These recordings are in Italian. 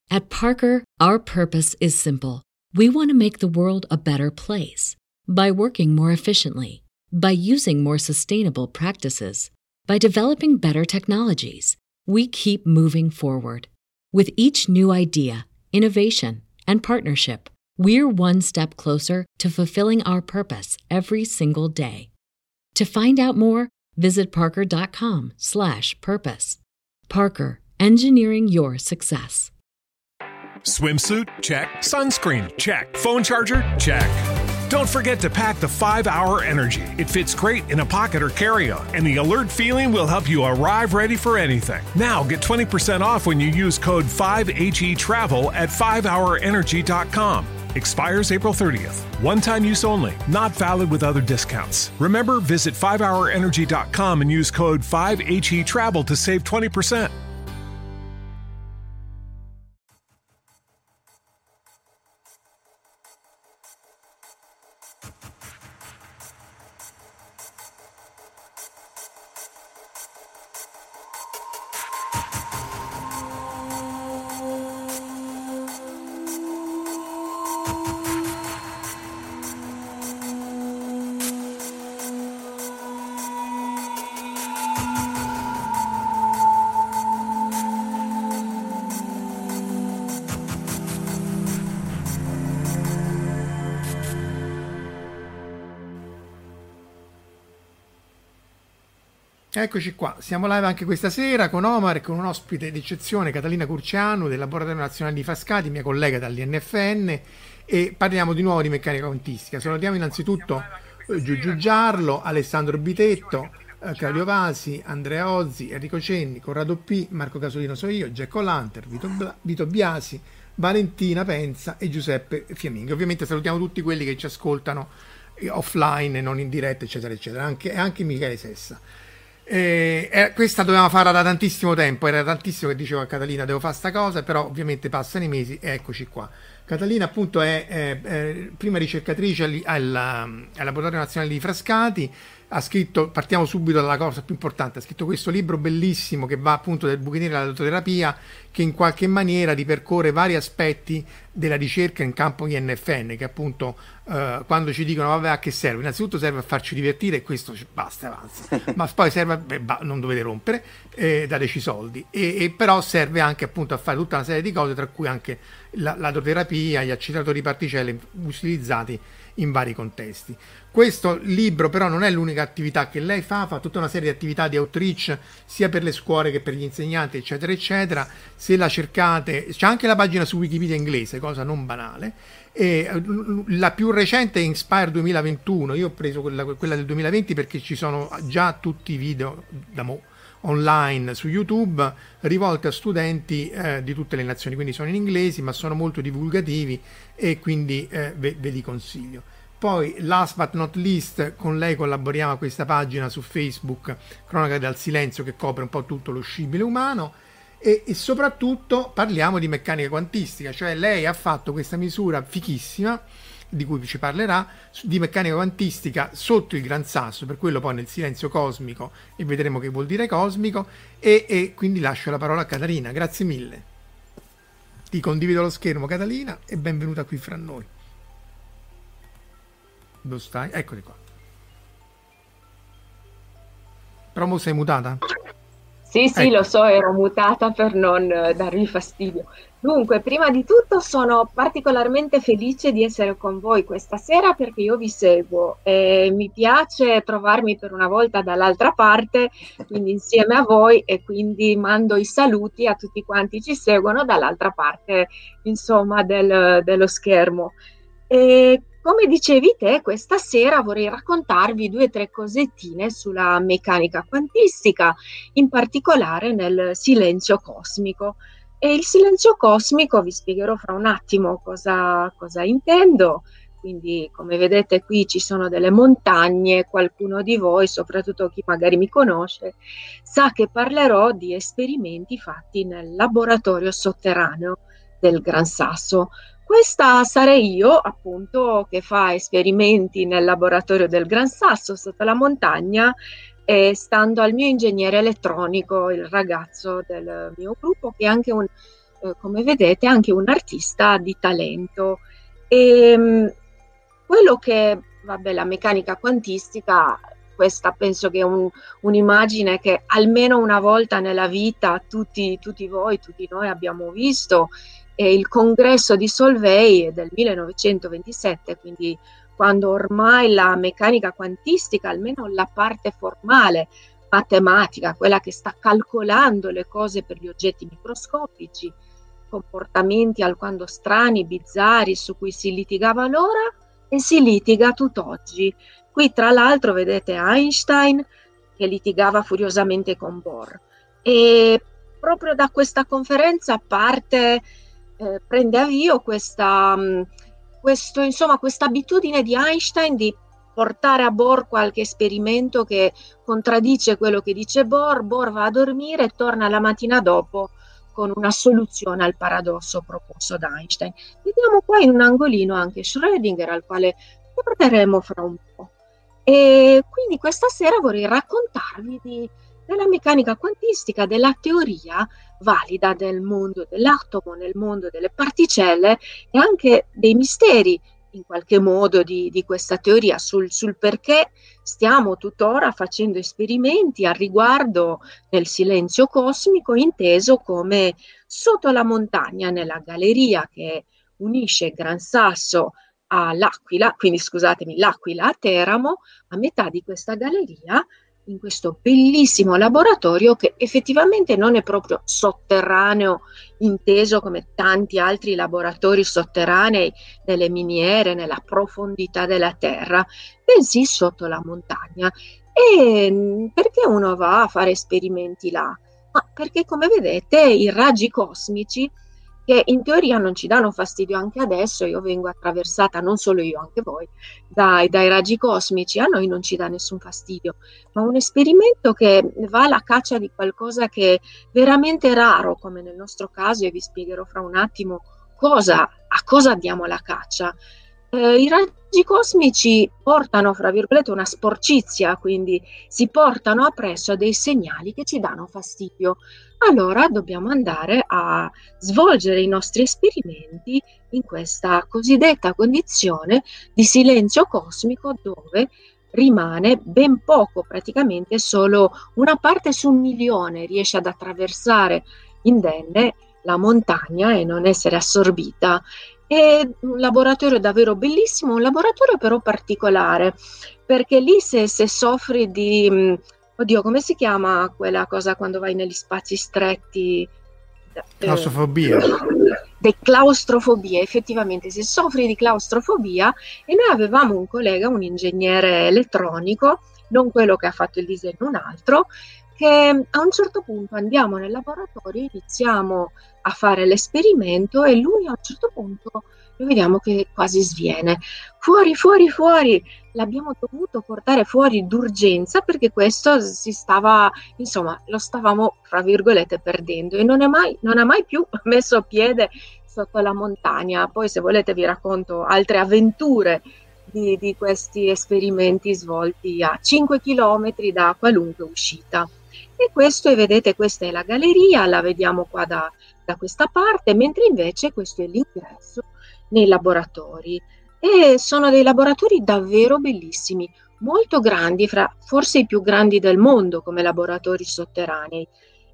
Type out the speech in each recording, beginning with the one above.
At Parker, our purpose is simple. We want to make the world a better place by working more efficiently, by using more sustainable practices, by developing better technologies. We keep moving forward. With each new idea, innovation, and partnership, we're one step closer to fulfilling our purpose every single day. To find out more, visit parker.com/purpose. Parker, engineering your success. Swimsuit? Check. Sunscreen? Check. Phone charger? Check. Don't forget to pack the 5-Hour Energy. It fits great in a pocket or carry-on, and the alert feeling will help you arrive ready for anything. Now get 20% off when you use code 5HETRAVEL at 5hourenergy.com. Expires April 30th. One-time use only. Not valid with other discounts. Remember, visit 5hourenergy.com and use code 5HETRAVEL to save 20%. Eccoci qua, siamo live anche questa sera con Omar e con un ospite d'eccezione, Catalina Curcianu del Laboratorio Nazionale di Frascati, mia collega dall'INFN, e parliamo di nuovo di meccanica quantistica. Salutiamo innanzitutto Giugiu Giarlo, Alessandro Bitetto, Claudio Vasi, Andrea Ozzi, Enrico Cenni, Corrado P, Marco Casolino so io, Jack O'Lantern, Vito Biasi, Valentina Penza e Giuseppe Fiammingo. Ovviamente salutiamo tutti quelli che ci ascoltano offline e non in diretta, eccetera, eccetera, anche Michele Sessa. Questa dovevamo farla da tantissimo tempo, era tantissimo che dicevo a Catalina devo fare sta cosa, però ovviamente passano i mesi e eccoci qua. Catalina appunto è prima ricercatrice al Laboratorio Nazionale di Frascati, ha scritto, partiamo subito dalla cosa più importante, ha scritto questo libro bellissimo che va appunto del buco nero alla datoterapia, che in qualche maniera ripercorre vari aspetti della ricerca in campo INFN, che appunto quando ci dicono vabbè a che serve, innanzitutto serve a farci divertire e questo basta, avanza, ma poi serve non dovete rompere, dateci soldi, e però serve anche appunto a fare tutta una serie di cose, tra cui anche la datoterapia, gli acceleratori particelle utilizzati in vari contesti. Questo libro però non è l'unica attività che lei fa tutta una serie di attività di outreach sia per le scuole che per gli insegnanti, eccetera eccetera. Se la cercate, c'è anche la pagina su Wikipedia inglese, cosa non banale, e la più recente è Inspire 2021. Io ho preso quella del 2020 perché ci sono già tutti i video online su YouTube rivolti a studenti di tutte le nazioni, quindi sono in inglese ma sono molto divulgativi e quindi ve li consiglio. Poi last but not least, con lei collaboriamo a questa pagina su Facebook, Cronaca dal Silenzio, che copre un po' tutto lo scibile umano, e soprattutto parliamo di meccanica quantistica, cioè lei ha fatto questa misura fichissima di cui ci parlerà, di meccanica quantistica sotto il Gran Sasso, per quello poi nel silenzio cosmico, e vedremo che vuol dire cosmico, e quindi lascio la parola a Catalina. Grazie mille, ti condivido lo schermo Catalina e benvenuta qui fra noi. Dove stai? Eccoti qua. Promo, sei mutata? Sì, Ecco. lo so, ero mutata per non darvi fastidio. Dunque, prima di tutto sono particolarmente felice di essere con voi questa sera perché io vi seguo e mi piace trovarmi per una volta dall'altra parte, quindi insieme a voi, e quindi mando i saluti a tutti quanti ci seguono dall'altra parte, insomma, dello schermo. E come dicevi te, questa sera vorrei raccontarvi 2 o 3 cosettine sulla meccanica quantistica, in particolare nel silenzio cosmico. E il silenzio cosmico vi spiegherò fra un attimo cosa intendo. Quindi, come vedete qui ci sono delle montagne, qualcuno di voi, soprattutto chi magari mi conosce, sa che parlerò di esperimenti fatti nel laboratorio sotterraneo del Gran Sasso. Questa sarei io, appunto, che fa esperimenti nel laboratorio del Gran Sasso sotto la montagna, stando al mio ingegnere elettronico, il ragazzo del mio gruppo, che è anche un come vedete, anche un artista di talento. E quello che, vabbè, la meccanica quantistica, questa penso che è un'immagine che almeno una volta nella vita tutti voi, tutti noi abbiamo visto, è il congresso di Solvay del 1927, quindi quando ormai la meccanica quantistica, almeno la parte formale, matematica, quella che sta calcolando le cose per gli oggetti microscopici, comportamenti alquanto strani, bizzarri, su cui si litigava allora e si litiga tutt'oggi. Qui tra l'altro vedete Einstein che litigava furiosamente con Bohr, e proprio da questa conferenza prende avvio questa abitudine di Einstein di portare a Bohr qualche esperimento che contraddice quello che dice Bohr. Bohr va a dormire e torna la mattina dopo con una soluzione al paradosso proposto da Einstein. Vediamo qua in un angolino anche Schrödinger, al quale torneremo fra un po'. E quindi questa sera vorrei raccontarvi della meccanica quantistica, della teoria valida del mondo dell'atomo, nel mondo delle particelle, e anche dei misteri in qualche modo di questa teoria, sul perché stiamo tuttora facendo esperimenti al riguardo nel silenzio cosmico, inteso come sotto la montagna, nella galleria che unisce Gran Sasso all'Aquila, quindi scusatemi, l'Aquila a Teramo. A metà di questa galleria, in questo bellissimo laboratorio che effettivamente non è proprio sotterraneo, inteso come tanti altri laboratori sotterranei nelle miniere, nella profondità della terra, bensì sotto la montagna. E perché uno va a fare esperimenti là? Ma perché, come vedete, i raggi cosmici, che in teoria non ci danno fastidio anche adesso, io vengo attraversata, non solo io, anche voi, dai raggi cosmici, a noi non ci dà nessun fastidio, ma un esperimento che va alla caccia di qualcosa che è veramente raro, come nel nostro caso, e vi spiegherò fra un attimo a cosa diamo la caccia. I raggi cosmici portano, fra virgolette, una sporcizia, quindi si portano appresso dei segnali che ci danno fastidio. Allora dobbiamo andare a svolgere i nostri esperimenti in questa cosiddetta condizione di silenzio cosmico, dove rimane ben poco, praticamente solo una parte su 1.000.000 riesce ad attraversare indenne la montagna e non essere assorbita. È un laboratorio davvero bellissimo, un laboratorio però particolare, perché lì se soffri di, oddio, come si chiama quella cosa quando vai negli spazi stretti? Claustrofobia. Claustrofobia, effettivamente, se soffri di claustrofobia, e noi avevamo un collega, un ingegnere elettronico, non quello che ha fatto il disegno, un altro, che a un certo punto andiamo nel laboratorio, iniziamo a fare l'esperimento e lui a un certo punto lo vediamo che quasi sviene. Fuori, l'abbiamo dovuto portare fuori d'urgenza perché questo lo stavamo, fra virgolette, perdendo, e non ha mai più messo piede sotto la montagna. Poi se volete vi racconto altre avventure di questi esperimenti svolti a 5 chilometri da qualunque uscita. E vedete, questa è la galleria, la vediamo qua da questa parte, mentre invece questo è l'ingresso nei laboratori, e sono dei laboratori davvero bellissimi, molto grandi, forse i più grandi del mondo come laboratori sotterranei.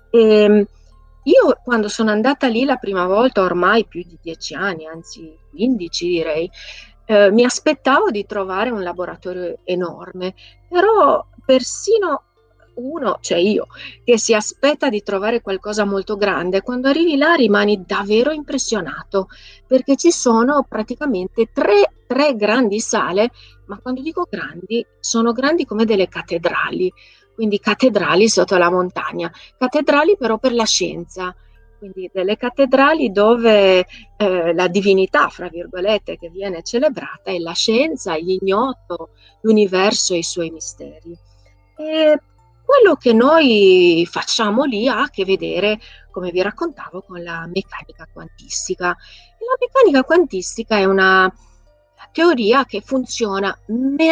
Io quando sono andata lì la prima volta, ormai più di 10 anni, anzi 15 direi, mi aspettavo di trovare un laboratorio enorme, però persino cioè io, che si aspetta di trovare qualcosa molto grande, quando arrivi là rimani davvero impressionato, perché ci sono praticamente tre grandi sale, ma quando dico grandi, sono grandi come delle cattedrali, quindi cattedrali sotto la montagna, cattedrali però per la scienza, quindi delle cattedrali dove la divinità, fra virgolette, che viene celebrata è la scienza, l'ignoto, l'universo e i suoi misteri. E quello che noi facciamo lì ha a che vedere, come vi raccontavo, con la meccanica quantistica. E la meccanica quantistica è una teoria che funziona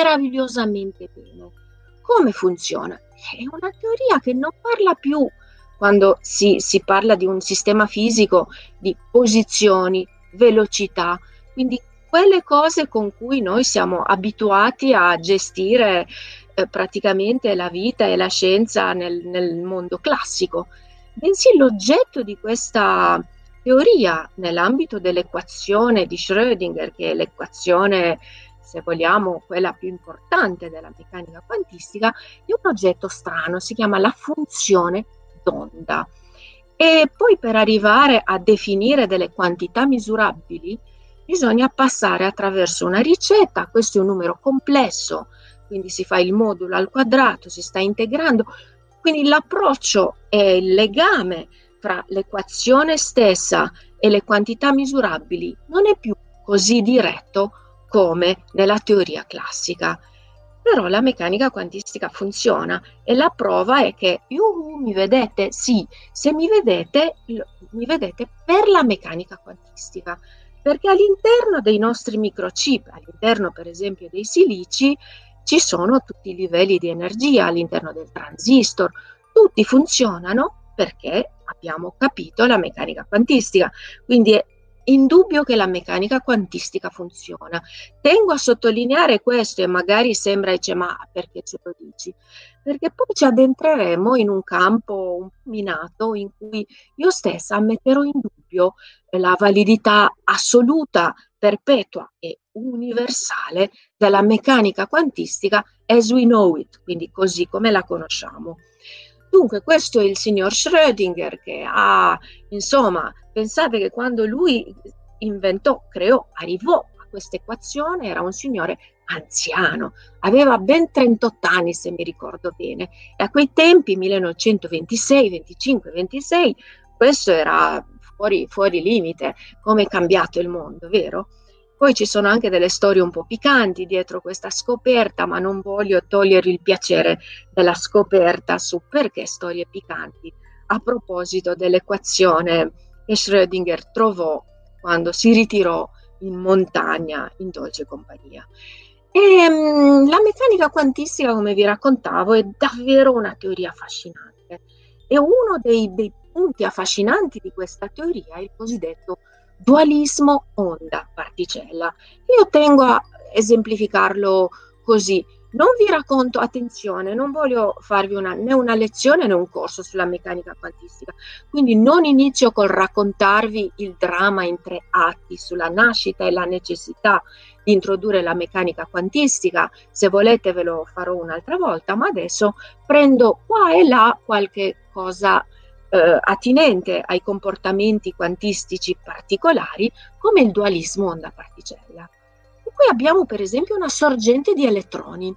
meravigliosamente bene. Come funziona? È una teoria che non parla più quando si parla di un sistema fisico di posizioni, velocità, quindi quelle cose con cui noi siamo abituati a gestire praticamente la vita e la scienza nel mondo classico, bensì l'oggetto di questa teoria nell'ambito dell'equazione di Schrödinger, che è l'equazione, se vogliamo, quella più importante della meccanica quantistica, è un oggetto strano, si chiama la funzione d'onda. E poi per arrivare a definire delle quantità misurabili bisogna passare attraverso una ricetta. Questo è un numero complesso, quindi si fa il modulo al quadrato, si sta integrando, quindi l'approccio e il legame tra l'equazione stessa e le quantità misurabili non è più così diretto come nella teoria classica. Però la meccanica quantistica funziona e la prova è che mi vedete? Sì, se mi vedete per la meccanica quantistica, perché all'interno dei nostri microchip, all'interno per esempio dei silici, ci sono tutti i livelli di energia all'interno del transistor, tutti funzionano perché abbiamo capito la meccanica quantistica, quindi è indubbio che la meccanica quantistica funziona. Tengo a sottolineare questo e magari sembra, dice, ma perché ce lo dici? Perché poi ci addentreremo in un campo un po' minato in cui io stessa metterò in dubbio la validità assoluta, perpetua e universale della meccanica quantistica as we know it, quindi così come la conosciamo. Dunque questo è il signor Schrödinger che insomma, pensate che quando lui arrivò a questa equazione, era un signore anziano, aveva ben 38 anni se mi ricordo bene, e a quei tempi, 1926, 25, 26, questo era fuori limite, come è cambiato il mondo, vero? Poi ci sono anche delle storie un po' piccanti dietro questa scoperta, ma non voglio togliere il piacere della scoperta su perché storie piccanti a proposito dell'equazione che Schrödinger trovò quando si ritirò in montagna in dolce compagnia. E la meccanica quantistica, come vi raccontavo, è davvero una teoria affascinante. E uno dei punti affascinanti di questa teoria è il cosiddetto dualismo onda-particella. Io tengo a esemplificarlo così. Non vi racconto, attenzione, non voglio farvi né una lezione né un corso sulla meccanica quantistica, quindi non inizio col raccontarvi il dramma in 3 atti sulla nascita e la necessità di introdurre la meccanica quantistica. Se volete ve lo farò un'altra volta, ma adesso prendo qua e là qualche cosa attinente ai comportamenti quantistici particolari, come il dualismo onda-particella. E qui abbiamo per esempio una sorgente di elettroni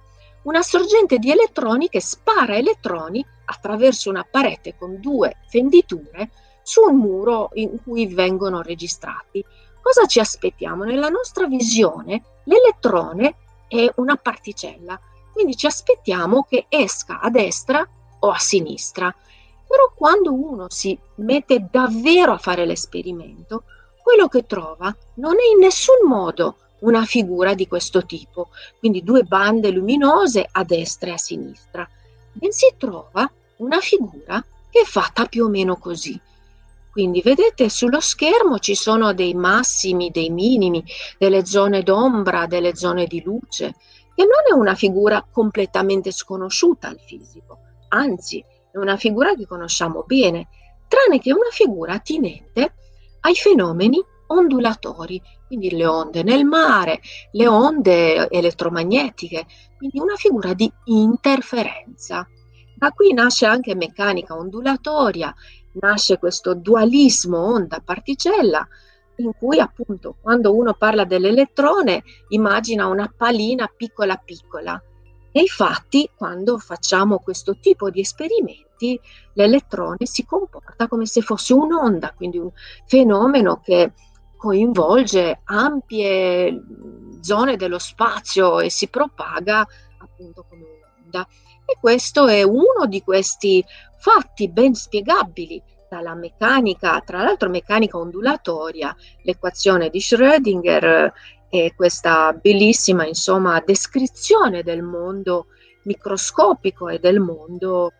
che spara elettroni attraverso una parete con 2 fenditure su un muro in cui vengono registrati. Cosa ci aspettiamo? Nella nostra visione l'elettrone è una particella, quindi ci aspettiamo che esca a destra o a sinistra. Però quando uno si mette davvero a fare l'esperimento, quello che trova non è in nessun modo una figura di questo tipo, quindi 2 bande luminose a destra e a sinistra, bensì trova una figura che è fatta più o meno così. Quindi vedete sullo schermo ci sono dei massimi, dei minimi, delle zone d'ombra, delle zone di luce, che non è una figura completamente sconosciuta al fisico, anzi è una figura che conosciamo bene, tranne che è una figura attinente ai fenomeni ondulatori, quindi le onde nel mare, le onde elettromagnetiche, quindi una figura di interferenza. Da qui nasce anche meccanica ondulatoria, nasce questo dualismo onda-particella, in cui appunto quando uno parla dell'elettrone immagina una pallina piccola piccola. E infatti quando facciamo questo tipo di esperimenti l'elettrone si comporta come se fosse un'onda, quindi un fenomeno che coinvolge ampie zone dello spazio e si propaga appunto come un'onda. E questo è uno di questi fatti ben spiegabili dalla meccanica, tra l'altro meccanica ondulatoria, l'equazione di Schrödinger e questa bellissima insomma descrizione del mondo microscopico e del mondo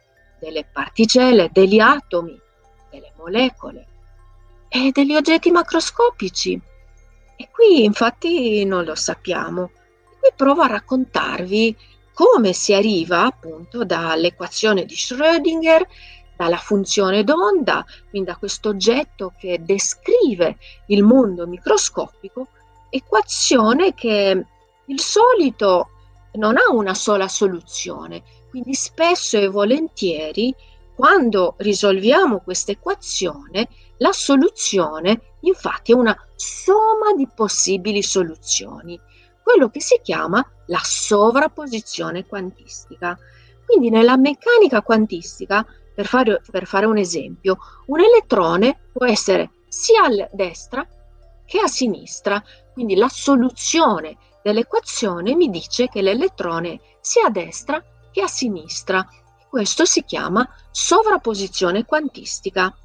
delle particelle, degli atomi, delle molecole e degli oggetti macroscopici. E qui infatti non lo sappiamo. Qui provo a raccontarvi come si arriva appunto dall'equazione di Schrödinger, dalla funzione d'onda, quindi da questo oggetto che descrive il mondo microscopico, equazione che il solito non ha una sola soluzione, quindi spesso e volentieri quando risolviamo questa equazione, la soluzione infatti è una somma di possibili soluzioni, quello che si chiama la sovrapposizione quantistica. Quindi nella meccanica quantistica, per fare un esempio, un elettrone può essere sia a destra che a sinistra, quindi la soluzione dell'equazione mi dice che l'elettrone sia a destra che a sinistra. Questo si chiama sovrapposizione quantistica.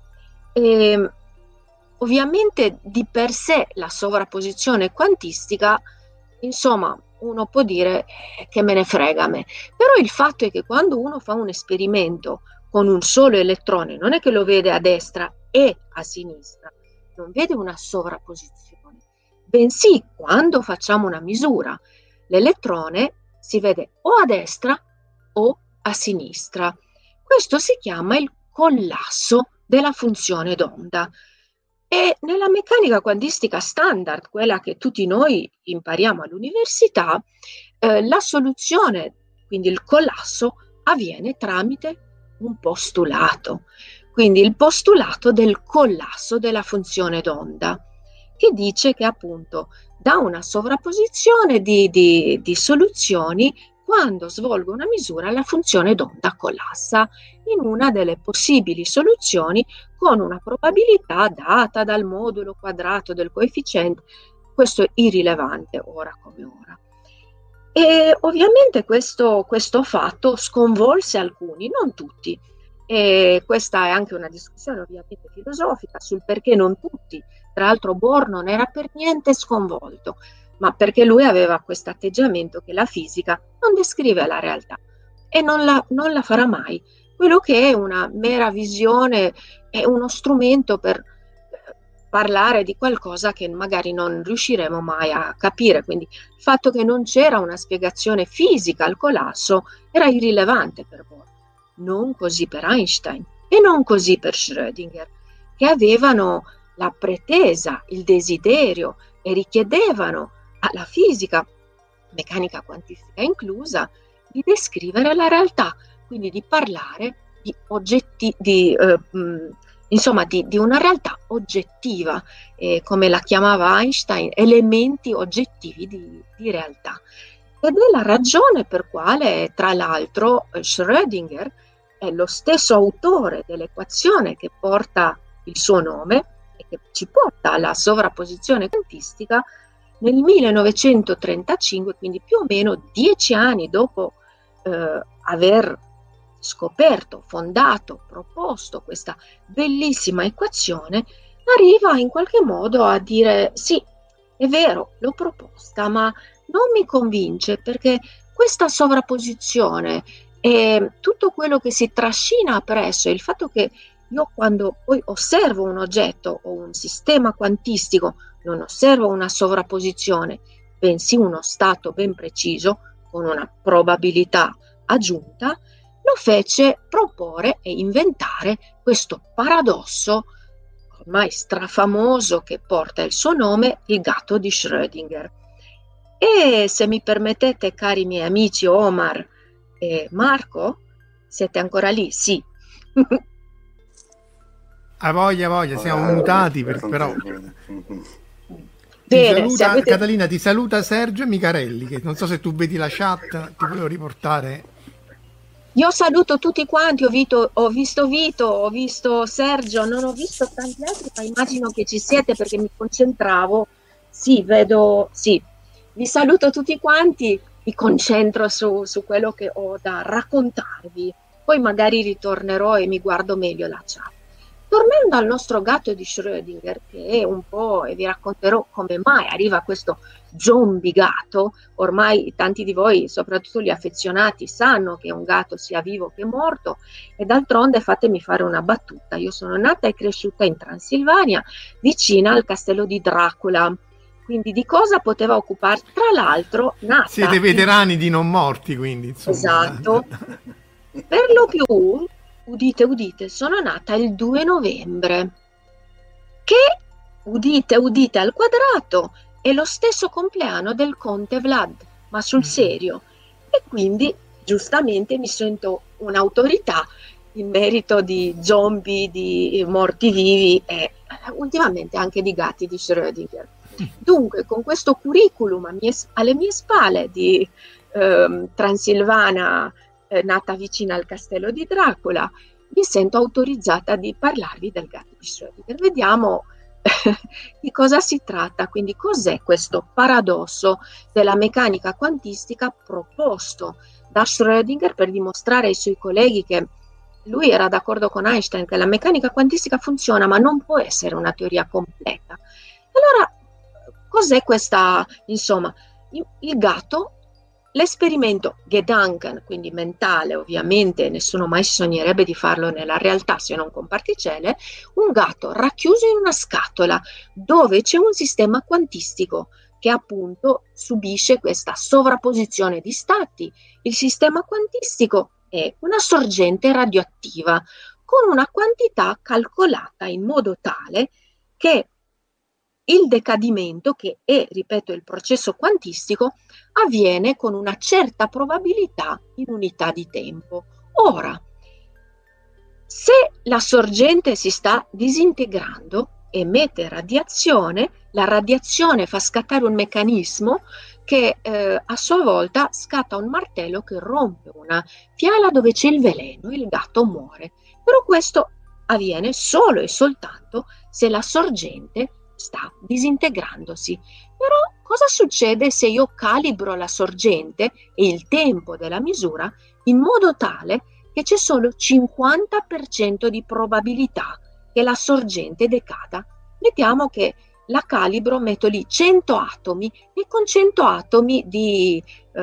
E, ovviamente di per sé la sovrapposizione quantistica, insomma, uno può dire che me ne frega a me, però il fatto è che quando uno fa un esperimento con un solo elettrone, non è che lo vede a destra e a sinistra, non vede una sovrapposizione, bensì quando facciamo una misura, l'elettrone si vede o a destra o a sinistra. Questo si chiama il collasso della funzione d'onda. E nella meccanica quantistica standard, quella che tutti noi impariamo all'università, la soluzione, quindi il collasso, avviene tramite un postulato, quindi il postulato del collasso della funzione d'onda, che dice che appunto da una sovrapposizione di soluzioni, quando svolgo una misura, la funzione d'onda collassa in una delle possibili soluzioni con una probabilità data dal modulo quadrato del coefficiente. Questo è irrilevante ora come ora. E ovviamente questo fatto sconvolse alcuni, non tutti. E questa è anche una discussione ovviamente filosofica sul perché non tutti. Tra l'altro Bohr non era per niente sconvolto, ma perché lui aveva questo atteggiamento che la fisica non descrive la realtà e non la farà mai. Quello che è una mera visione è uno strumento per parlare di qualcosa che magari non riusciremo mai a capire. Quindi il fatto che non c'era una spiegazione fisica al collasso era irrilevante per Bohr. Non così per Einstein e non così per Schrödinger, che avevano la pretesa, il desiderio e richiedevano alla fisica, meccanica quantistica inclusa, di descrivere la realtà, quindi di parlare di oggetti, di una realtà oggettiva, come la chiamava Einstein, elementi oggettivi di realtà. Ed è la ragione per quale, tra l'altro, Schrödinger è lo stesso autore dell'equazione che porta il suo nome e che ci porta alla sovrapposizione quantistica nel 1935, quindi più o meno 10 anni dopo aver scoperto, fondato, proposto questa bellissima equazione, arriva in qualche modo a dire sì, è vero, l'ho proposta, ma non mi convince perché questa sovrapposizione e tutto quello che si trascina appresso, il fatto che io quando poi osservo un oggetto o un sistema quantistico non osservo una sovrapposizione, bensì uno stato ben preciso con una probabilità aggiunta, lo fece proporre e inventare questo paradosso ormai strafamoso che porta il suo nome, il gatto di Schrödinger. E se mi permettete, cari miei amici Omar e Marco, siete ancora lì? Sì. A voglia, siamo mutati, però. Bene, Catalina, ti saluta Sergio e Micarelli, che non so se tu vedi la chat, ti volevo riportare. Io saluto tutti quanti, ho visto Vito, ho visto Sergio, non ho visto tanti altri, ma immagino che ci siete perché mi concentravo. Sì, vedo, sì. Vi saluto tutti quanti, mi concentro su quello che ho da raccontarvi, poi magari ritornerò e mi guardo meglio la chat. Tornando al nostro gatto di Schrödinger, che è un po', e vi racconterò come mai arriva questo zombie gatto. Ormai tanti di voi, soprattutto gli affezionati, sanno che un gatto sia vivo che morto, e d'altronde fatemi fare una battuta. Io sono nata e cresciuta in Transilvania, vicina al castello di Dracula. Quindi di cosa poteva occuparsi? Tra l'altro, nata... Siete veterani di non morti, quindi, insomma. Esatto. Per lo più, udite, udite, sono nata il 2 novembre, che, udite, udite al quadrato, è lo stesso compleanno del conte Vlad, ma sul serio. E quindi, giustamente, mi sento un'autorità in merito di zombie, di morti vivi e ultimamente anche di gatti di Schrödinger. Dunque, con questo curriculum alle mie spalle di transilvana, nata vicina al castello di Dracula, mi sento autorizzata di parlarvi del gatto di Schrödinger. Vediamo di cosa si tratta. Quindi, cos'è questo paradosso della meccanica quantistica proposto da Schrödinger per dimostrare ai suoi colleghi che lui era d'accordo con Einstein che la meccanica quantistica funziona, ma non può essere una teoria completa. Allora, cos'è questa, insomma, il gatto? L'esperimento Gedanken, quindi mentale, ovviamente nessuno mai sognerebbe di farlo nella realtà se non con particelle, un gatto racchiuso in una scatola dove c'è un sistema quantistico che appunto subisce questa sovrapposizione di stati. Il sistema quantistico è una sorgente radioattiva con una quantità calcolata in modo tale che il decadimento, che è, ripeto, il processo quantistico, avviene con una certa probabilità in unità di tempo. Ora, se la sorgente si sta disintegrando, emette radiazione, la radiazione fa scattare un meccanismo che a sua volta scatta un martello che rompe una fiala dove c'è il veleno, il gatto muore. Però questo avviene solo e soltanto se la sorgente sta disintegrandosi. Però cosa succede se io calibro la sorgente e il tempo della misura in modo tale che c'è solo 50% di probabilità che la sorgente decada? Mettiamo che la calibro, metto lì 100 atomi e con 100 atomi di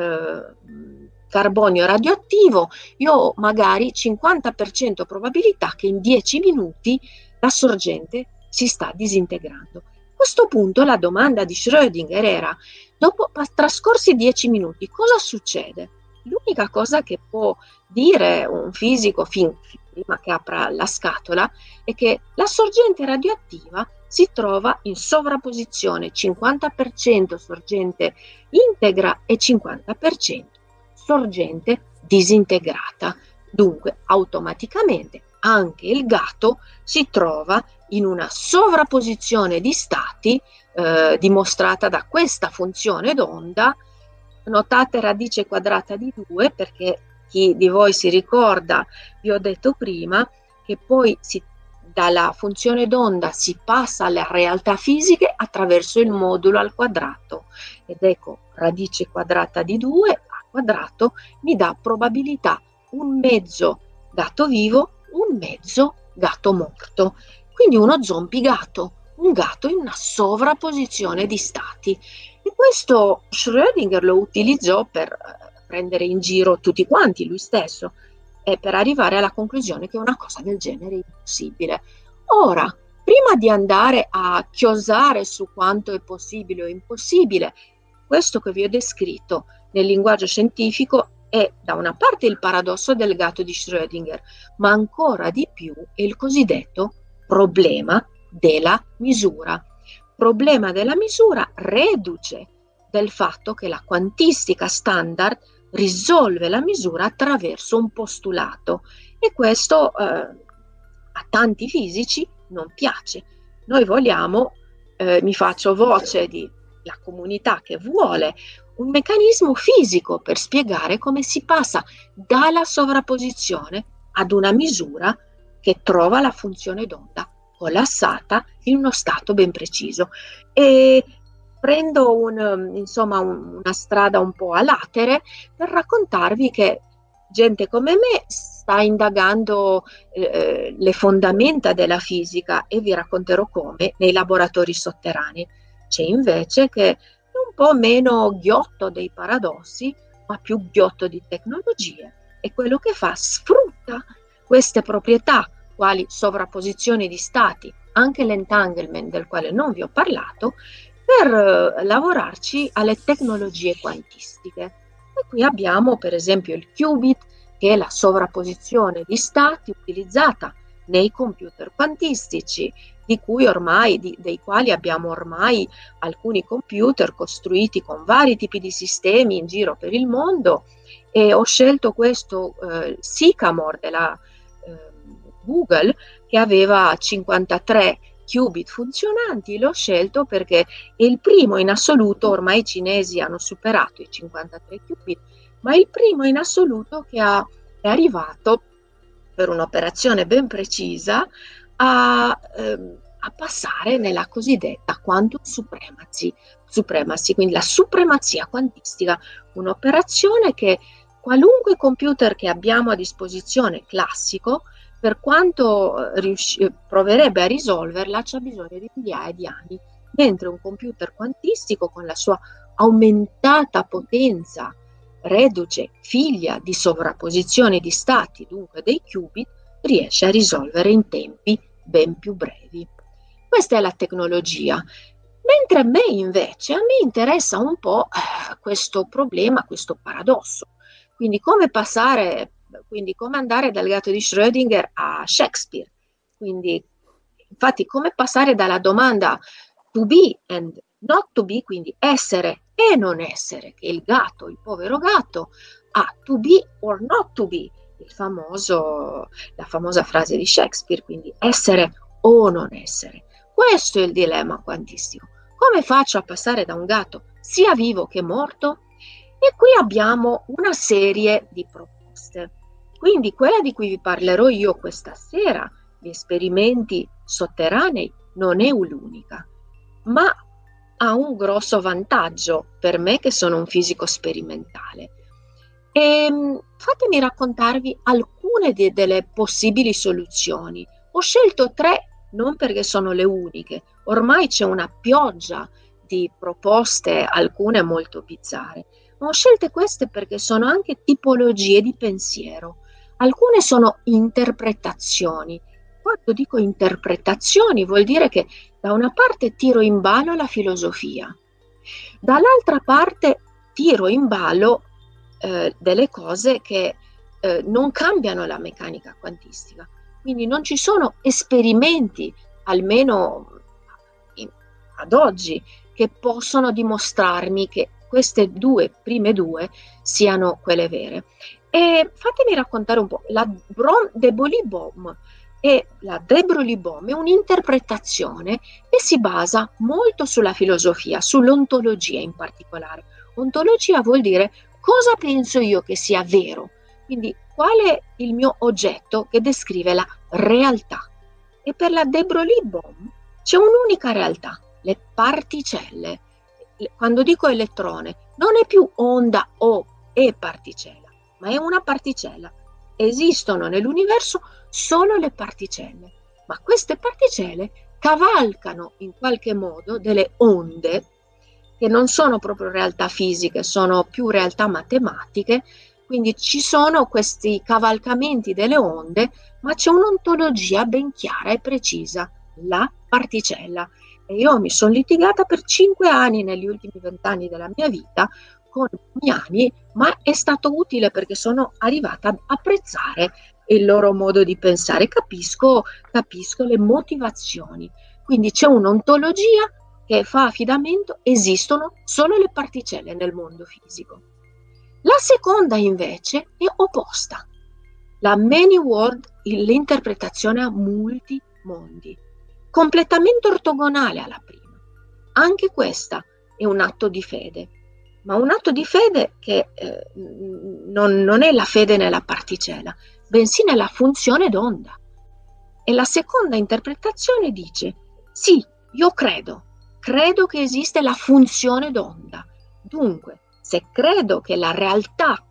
carbonio radioattivo io ho magari 50% probabilità che in 10 minuti la sorgente si sta disintegrando. A questo punto la domanda di Schrödinger era: dopo trascorsi 10 minuti cosa succede? L'unica cosa che può dire un fisico prima che apra la scatola è che la sorgente radioattiva si trova in sovrapposizione 50% sorgente integra e 50% sorgente disintegrata. Dunque automaticamente anche il gatto si trova in una sovrapposizione di stati dimostrata da questa funzione d'onda. Notate radice quadrata di 2 perché chi di voi si ricorda, vi ho detto prima che poi dalla funzione d'onda si passa alle realtà fisiche attraverso il modulo al quadrato, ed ecco radice quadrata di 2 al quadrato mi dà probabilità un mezzo gatto vivo, un mezzo gatto morto, quindi uno zombie gatto, un gatto in una sovrapposizione di stati. E questo Schrödinger lo utilizzò per prendere in giro tutti quanti, lui stesso, e per arrivare alla conclusione che una cosa del genere è impossibile. Ora, prima di andare a chiosare su quanto è possibile o impossibile, questo che vi ho descritto nel linguaggio scientifico è da una parte il paradosso del gatto di Schrödinger, ma ancora di più è il cosiddetto problema della misura. Problema della misura reduce del fatto che la quantistica standard risolve la misura attraverso un postulato, e questo a tanti fisici non piace. Noi vogliamo, mi faccio voce di la comunità che vuole un meccanismo fisico per spiegare come si passa dalla sovrapposizione ad una misura che trova la funzione d'onda collassata in uno stato ben preciso. E prendo una strada un po' a latere per raccontarvi che gente come me sta indagando le fondamenta della fisica, e vi racconterò come nei laboratori sotterranei. C'è invece che è un po' meno ghiotto dei paradossi, ma più ghiotto di tecnologie, e quello che fa sfrutta queste proprietà, quali sovrapposizione di stati, anche l'entanglement del quale non vi ho parlato, per lavorarci alle tecnologie quantistiche. E qui abbiamo per esempio il qubit, che è la sovrapposizione di stati utilizzata nei computer quantistici, di cui ormai, dei quali abbiamo ormai alcuni computer costruiti con vari tipi di sistemi in giro per il mondo. E ho scelto questo Sycamore della Google, che aveva 53 qubit funzionanti. L'ho scelto perché è il primo in assoluto, ormai i cinesi hanno superato i 53 qubit, ma è il primo in assoluto che è arrivato, per un'operazione ben precisa, a passare nella cosiddetta quantum supremacy, quindi la supremazia quantistica, un'operazione che qualunque computer che abbiamo a disposizione classico, per quanto proverebbe a risolverla, c'ha bisogno di migliaia di anni, mentre un computer quantistico, con la sua aumentata potenza, reduce figlia di sovrapposizione di stati, dunque dei qubit, riesce a risolvere in tempi ben più brevi. Questa è la tecnologia. Mentre a me interessa un po' questo problema, questo paradosso. Quindi come andare dal gatto di Schrödinger a Shakespeare. Infatti, come passare dalla domanda to be and not to be, quindi essere e non essere, che è il gatto, il povero gatto, a to be or not to be, la famosa frase di Shakespeare, quindi essere o non essere. Questo è il dilemma quantistico. Come faccio a passare da un gatto sia vivo che morto? E qui abbiamo una serie di proposte. Quindi quella di cui vi parlerò io questa sera, gli esperimenti sotterranei, non è l'unica, ma ha un grosso vantaggio per me, che sono un fisico sperimentale. E fatemi raccontarvi alcune delle possibili soluzioni. Ho scelto 3 non perché sono le uniche, ormai c'è una pioggia di proposte, alcune molto bizzarre, ma ho scelte queste perché sono anche tipologie di pensiero. Alcune sono interpretazioni. Quando dico interpretazioni vuol dire che da una parte tiro in ballo la filosofia, dall'altra parte tiro in ballo delle cose che non cambiano la meccanica quantistica. Quindi non ci sono esperimenti, almeno ad oggi, che possono dimostrarmi che queste prime due siano quelle vere. E fatemi raccontare un po'. La de Broglie bomb è un'interpretazione che si basa molto sulla filosofia, sull'ontologia in particolare. Ontologia vuol dire cosa penso io che sia vero, quindi qual è il mio oggetto che descrive la realtà. E per la de Broglie bomb c'è un'unica realtà, le particelle. Quando dico elettrone, non è più onda e particella, ma è una particella. Esistono nell'universo solo le particelle, ma queste particelle cavalcano in qualche modo delle onde che non sono proprio realtà fisiche, sono più realtà matematiche. Quindi ci sono questi cavalcamenti delle onde, ma c'è un'ontologia ben chiara e precisa, la particella. E io mi sono litigata per 5 anni negli ultimi 20 anni della mia vita con Miani, ma è stato utile perché sono arrivata ad apprezzare il loro modo di pensare, capisco le motivazioni. Quindi c'è un'ontologia che fa affidamento, esistono solo le particelle nel mondo fisico. La seconda invece è opposta, la many world, l'interpretazione a multi mondi, completamente ortogonale alla prima. Anche questa è un atto di fede, ma un atto di fede che non è la fede nella particella, bensì nella funzione d'onda. E la seconda interpretazione dice: sì, io credo che esiste la funzione d'onda. Dunque, se credo che la realtà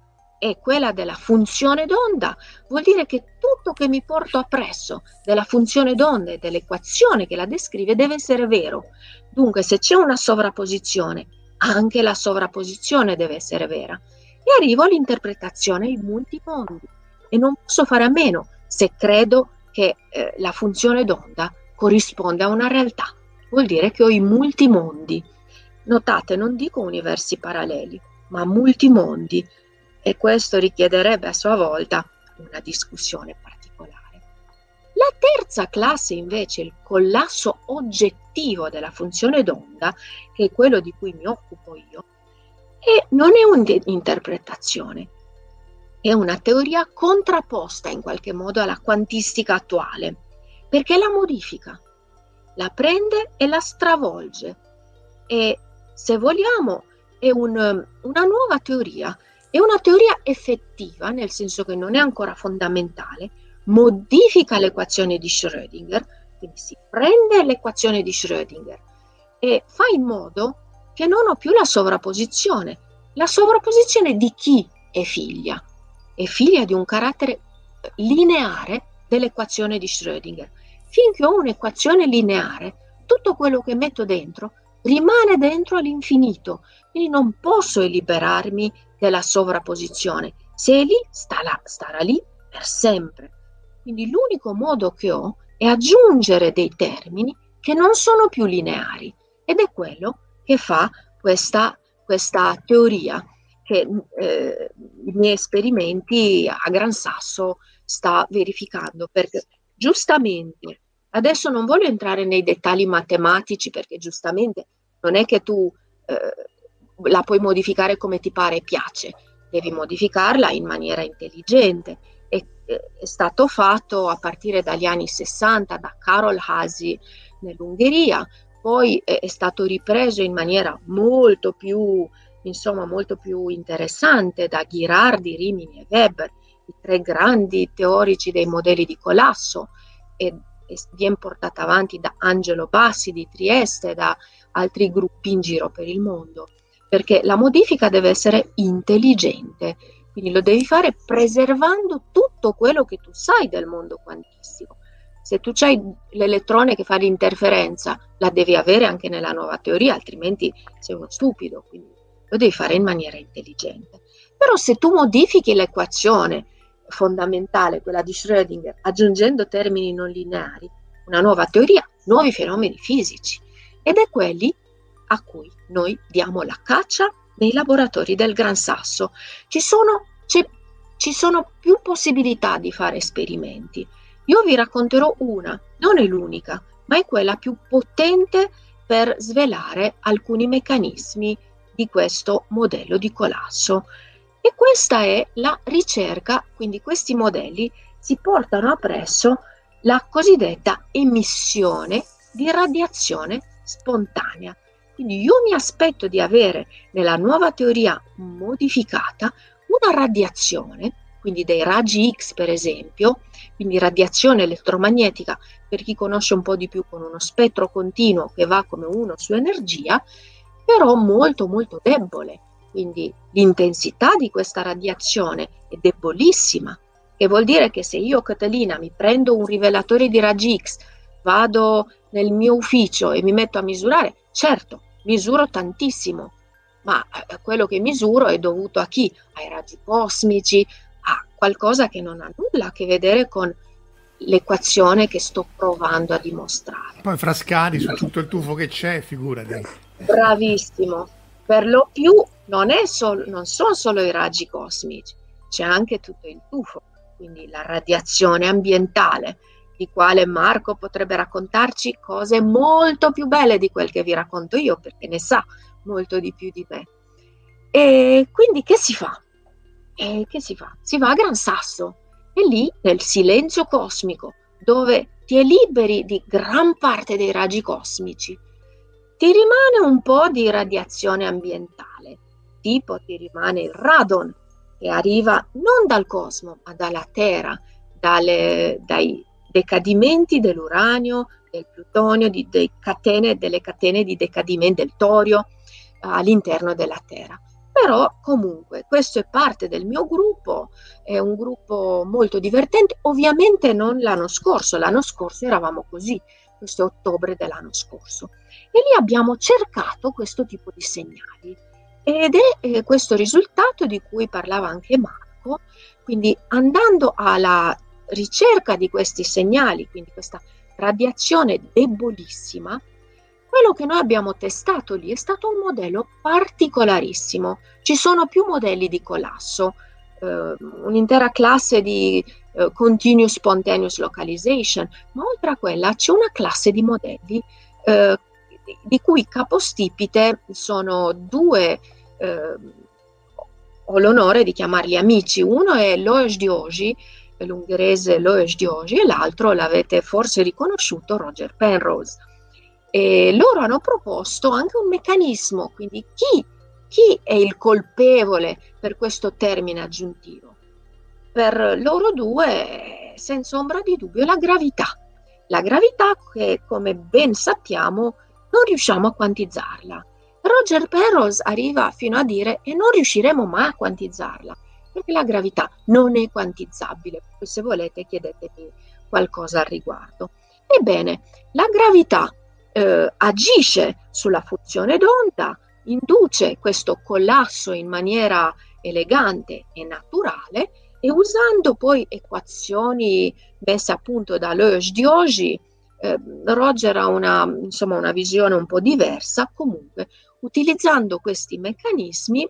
è quella della funzione d'onda, vuol dire che tutto che mi porto appresso della funzione d'onda e dell'equazione che la descrive deve essere vero. Dunque, se c'è una sovrapposizione, anche la sovrapposizione deve essere vera. E arrivo all'interpretazione in multimondi e non posso fare a meno se credo che la funzione d'onda corrisponde a una realtà. Vuol dire che ho i multimondi. Notate, non dico universi paralleli, ma multimondi, e questo richiederebbe a sua volta una discussione particolare. La terza classe invece, il collasso oggettivo della funzione d'onda, che è quello di cui mi occupo io, e non è un'interpretazione, è una teoria contrapposta in qualche modo alla quantistica attuale, perché la modifica, la prende e la stravolge, e se vogliamo è una nuova teoria, è una teoria effettiva, nel senso che non è ancora fondamentale, modifica l'equazione di Schrödinger, quindi si prende l'equazione di Schrödinger e fa in modo che non ho più la sovrapposizione. La sovrapposizione di chi è figlia? È figlia di un carattere lineare dell'equazione di Schrödinger. Finché ho un'equazione lineare, tutto quello che metto dentro rimane dentro all'infinito, quindi non posso liberarmi della sovrapposizione. Se è lì, starà lì per sempre. Quindi l'unico modo che ho è aggiungere dei termini che non sono più lineari, ed è quello che fa questa teoria che i miei esperimenti a Gran Sasso sta verificando, perché giustamente, adesso non voglio entrare nei dettagli matematici, perché giustamente non è che tu la puoi modificare come ti pare e piace, devi modificarla in maniera intelligente. È stato fatto a partire dagli anni 60 da Karol Hasi nell'Ungheria, poi è stato ripreso in maniera molto più interessante da Ghirardi, Rimini e Weber, i tre grandi teorici dei modelli di collasso, e viene portata avanti da Angelo Bassi di Trieste e da altri gruppi in giro per il mondo, perché la modifica deve essere intelligente, quindi lo devi fare preservando tutto quello che tu sai del mondo quantistico. Se tu hai l'elettrone che fa l'interferenza, la devi avere anche nella nuova teoria, altrimenti sei uno stupido, quindi lo devi fare in maniera intelligente. Però se tu modifichi l'equazione fondamentale, quella di Schrödinger, aggiungendo termini non lineari, una nuova teoria, nuovi fenomeni fisici, ed è quelli a cui noi diamo la caccia nei laboratori del Gran Sasso. Ci sono più possibilità di fare esperimenti. Io vi racconterò una, non è l'unica, ma è quella più potente per svelare alcuni meccanismi di questo modello di collasso. E questa è la ricerca, quindi questi modelli si portano appresso la cosiddetta emissione di radiazione spontanea. Quindi io mi aspetto di avere nella nuova teoria modificata una radiazione, quindi dei raggi X per esempio, quindi radiazione elettromagnetica per chi conosce un po' di più, con uno spettro continuo che va come uno su energia, però molto molto debole. Quindi l'intensità di questa radiazione è debolissima, che vuol dire che se io, Catalina, mi prendo un rivelatore di raggi X, vado nel mio ufficio e mi metto a misurare, certo, misuro tantissimo, ma quello che misuro è dovuto a chi? Ai raggi cosmici, a qualcosa che non ha nulla a che vedere con l'equazione che sto provando a dimostrare. Poi frascati su tutto il tufo che c'è, figurati. Bravissimo. Per lo più non sono solo i raggi cosmici, c'è anche tutto il tufo, quindi la radiazione ambientale, di quale Marco potrebbe raccontarci cose molto più belle di quel che vi racconto io, perché ne sa molto di più di me. E quindi che si fa? Si va a Gran Sasso, e lì nel silenzio cosmico, dove ti liberi di gran parte dei raggi cosmici, ti rimane un po' di radiazione ambientale, tipo ti rimane il radon, che arriva non dal cosmo, ma dalla Terra, dai decadimenti dell'uranio, del plutonio, delle catene di decadimento del torio all'interno della Terra. Però comunque questo è parte del mio gruppo, è un gruppo molto divertente, ovviamente non l'anno scorso eravamo così, questo è ottobre dell'anno scorso, e lì abbiamo cercato questo tipo di segnali ed è questo risultato di cui parlava anche Marco, quindi andando alla ricerca di questi segnali, quindi questa radiazione debolissima, quello che noi abbiamo testato lì è stato un modello particolarissimo. Ci sono più modelli di collasso, un'intera classe di continuous spontaneous localization, ma oltre a quella c'è una classe di modelli di cui capostipite sono due, ho l'onore di chiamarli amici. Uno è Loes Dioghi, l'ungherese Loes Dioghi, e l'altro l'avete forse riconosciuto, Roger Penrose. E loro hanno proposto anche un meccanismo, quindi chi è il colpevole per questo termine aggiuntivo? Per loro due, senza ombra di dubbio, la gravità. La gravità che, come ben sappiamo, non riusciamo a quantizzarla. Roger Penrose arriva fino a dire e non riusciremo mai a quantizzarla, perché la gravità non è quantizzabile. Se volete chiedetemi qualcosa al riguardo. Ebbene, la gravità agisce sulla funzione d'onda, induce questo collasso in maniera elegante e naturale, e usando poi equazioni messe a punto da Loes Dioghi, Roger ha una visione un po' diversa. Comunque, utilizzando questi meccanismi,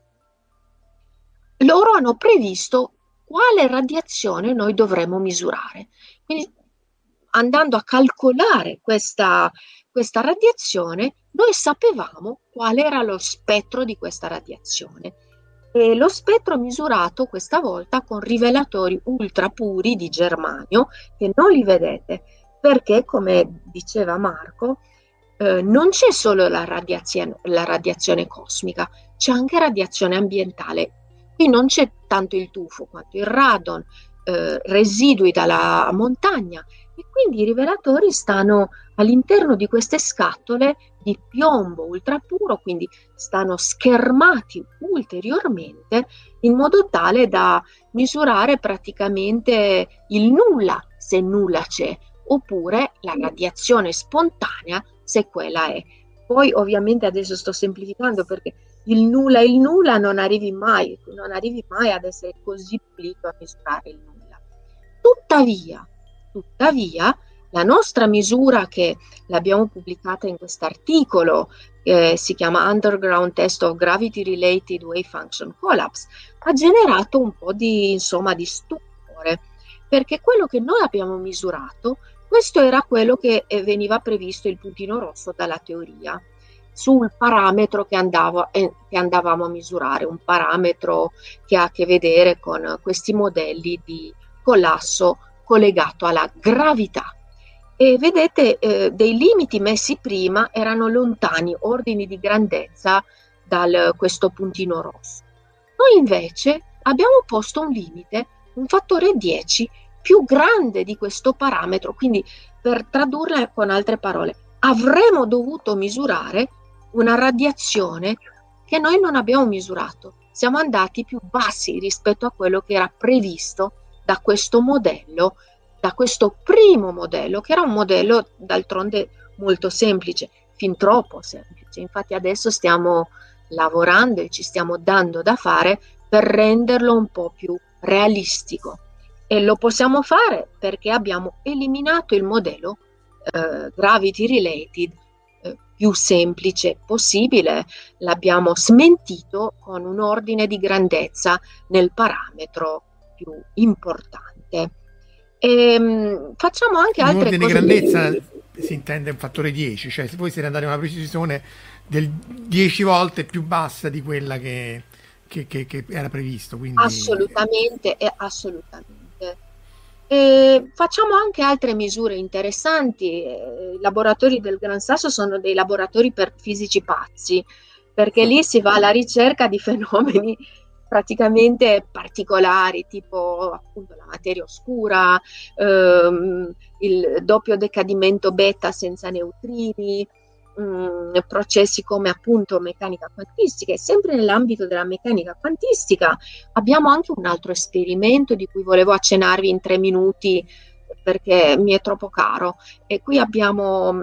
loro hanno previsto quale radiazione noi dovremmo misurare. Quindi, andando a calcolare questa radiazione, noi sapevamo qual era lo spettro di questa radiazione. E lo spettro misurato questa volta con rivelatori ultra puri di germanio, che non li vedete, perché, come diceva Marco, non c'è solo la radiazione cosmica, c'è anche radiazione ambientale. Qui non c'è tanto il tufo quanto il radon, residui dalla montagna, e quindi i rivelatori stanno all'interno di queste scatole di piombo ultrapuro, quindi stanno schermati ulteriormente in modo tale da misurare praticamente il nulla, se nulla c'è, oppure la radiazione spontanea, se quella è. Poi ovviamente adesso sto semplificando, perché il nulla non arrivi mai ad essere così pulito a misurare il nulla. Tuttavia, la nostra misura, che l'abbiamo pubblicata in quest'articolo, si chiama Underground Test of Gravity Related Wave Function Collapse, ha generato un po' di stupore, perché quello che noi abbiamo misurato, questo era quello che veniva previsto, il puntino rosso, dalla teoria, sul parametro che andavamo a misurare, un parametro che ha a che vedere con questi modelli di collasso collegato alla gravità. E vedete, dei limiti messi prima erano lontani, ordini di grandezza, da questo puntino rosso. Noi invece abbiamo posto un limite, un fattore 10 più grande di questo parametro. Quindi, per tradurla con altre parole, avremmo dovuto misurare una radiazione che noi non abbiamo misurato. Siamo andati più bassi rispetto a quello che era previsto da questo modello, da questo primo modello, che era un modello d'altronde molto semplice, fin troppo semplice. Infatti adesso stiamo lavorando e ci stiamo dando da fare per renderlo un po' più realistico, e lo possiamo fare perché abbiamo eliminato il modello gravity related più semplice possibile, l'abbiamo smentito con un ordine di grandezza nel parametro più importante. Facciamo anche altre cose. L'ordine di grandezza si intende un fattore 10, cioè se voi siete andati a una precisione del 10 volte più bassa di quella che era previsto. Quindi... Assolutamente. Facciamo anche altre misure interessanti. I laboratori del Gran Sasso sono dei laboratori per fisici pazzi, perché lì si va alla ricerca di fenomeni praticamente particolari, tipo appunto la materia oscura, il doppio decadimento beta senza neutrini, processi come appunto meccanica quantistica. E sempre nell'ambito della meccanica quantistica abbiamo anche un altro esperimento di cui volevo accennarvi in 3 minuti perché mi è troppo caro. E qui abbiamo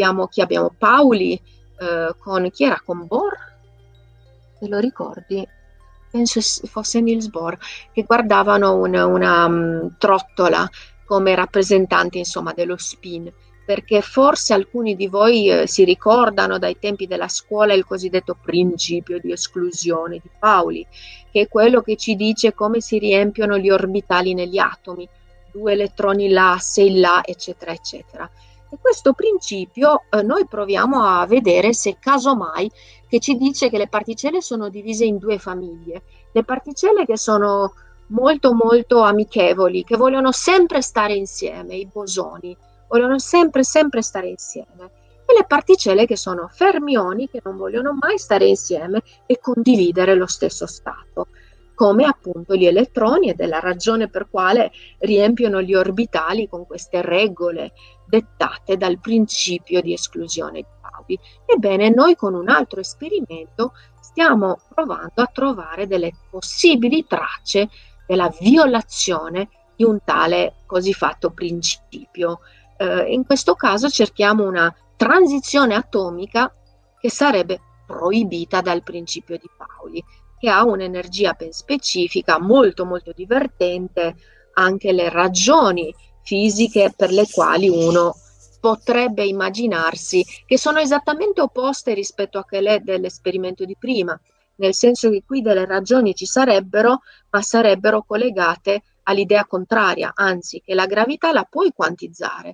Pauli con chi era? Con Bohr? Te lo ricordi? Penso fosse Niels Bohr, che guardavano una trottola come rappresentante, insomma, dello spin, perché forse alcuni di voi si ricordano dai tempi della scuola il cosiddetto principio di esclusione di Pauli, che è quello che ci dice come si riempiono gli orbitali negli atomi, 2 elettroni là, 6 là, eccetera, eccetera. E questo principio noi proviamo a vedere se casomai che ci dice che le particelle sono divise in 2 famiglie, le particelle che sono molto molto amichevoli, che vogliono sempre stare insieme, i bosoni, vogliono sempre stare insieme, e le particelle che sono fermioni, che non vogliono mai stare insieme e condividere lo stesso stato, come appunto gli elettroni, ed è la ragione per quale riempiono gli orbitali con queste regole dettate dal principio di esclusione di Pauli. Ebbene, noi con un altro esperimento stiamo provando a trovare delle possibili tracce della violazione di un tale cosiddetto principio. In questo caso cerchiamo una transizione atomica che sarebbe proibita dal principio di Pauli, che ha un'energia ben specifica, molto molto divertente, anche le ragioni fisiche per le quali uno potrebbe immaginarsi che sono esattamente opposte rispetto a quelle dell'esperimento di prima, nel senso che qui delle ragioni ci sarebbero, ma sarebbero collegate all'idea contraria, anzi che la gravità la puoi quantizzare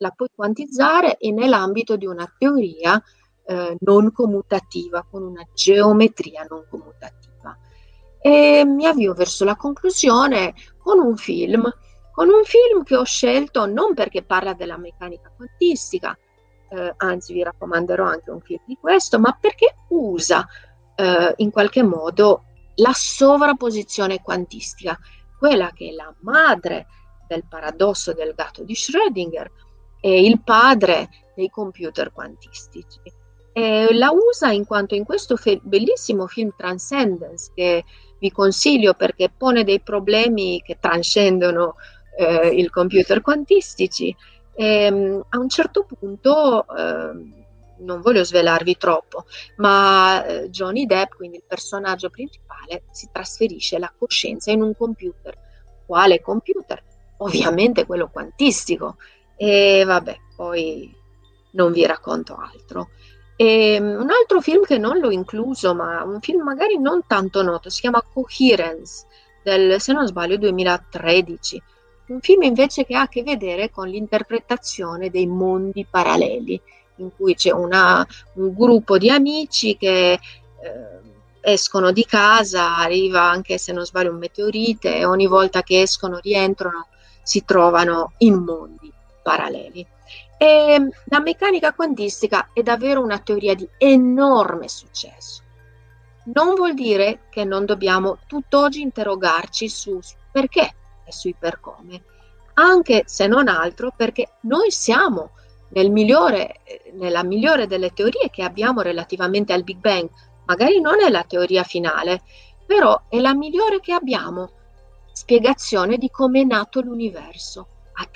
e nell'ambito di una teoria non commutativa, con una geometria non commutativa. E mi avvio verso la conclusione con un film che ho scelto non perché parla della meccanica quantistica, anzi vi raccomanderò anche un film di questo, ma perché usa in qualche modo la sovrapposizione quantistica, quella che è la madre del paradosso del gatto di Schrödinger e il padre dei computer quantistici. La usa in quanto in questo bellissimo film Transcendence, che vi consiglio perché pone dei problemi che trascendono il computer quantistici, a un certo punto non voglio svelarvi troppo, ma Johnny Depp, quindi il personaggio principale, si trasferisce la coscienza in un computer. Quale computer? Ovviamente quello quantistico. E vabbè, poi non vi racconto altro. Un altro film che non l'ho incluso, ma un film magari non tanto noto, si chiama Coherence, del, se non sbaglio, 2013. Un film invece che ha a che vedere con l'interpretazione dei mondi paralleli, in cui c'è un gruppo di amici che escono di casa, arriva anche, se non sbaglio, un meteorite, e ogni volta che escono, rientrano, si trovano in mondi paralleli. E la meccanica quantistica è davvero una teoria di enorme successo. Non vuol dire che non dobbiamo tutt'oggi interrogarci su perché e sui per come, anche se non altro perché noi siamo nella migliore delle teorie che abbiamo relativamente al Big Bang. Magari non è la teoria finale, però è la migliore che abbiamo, spiegazione di come è nato l'universo,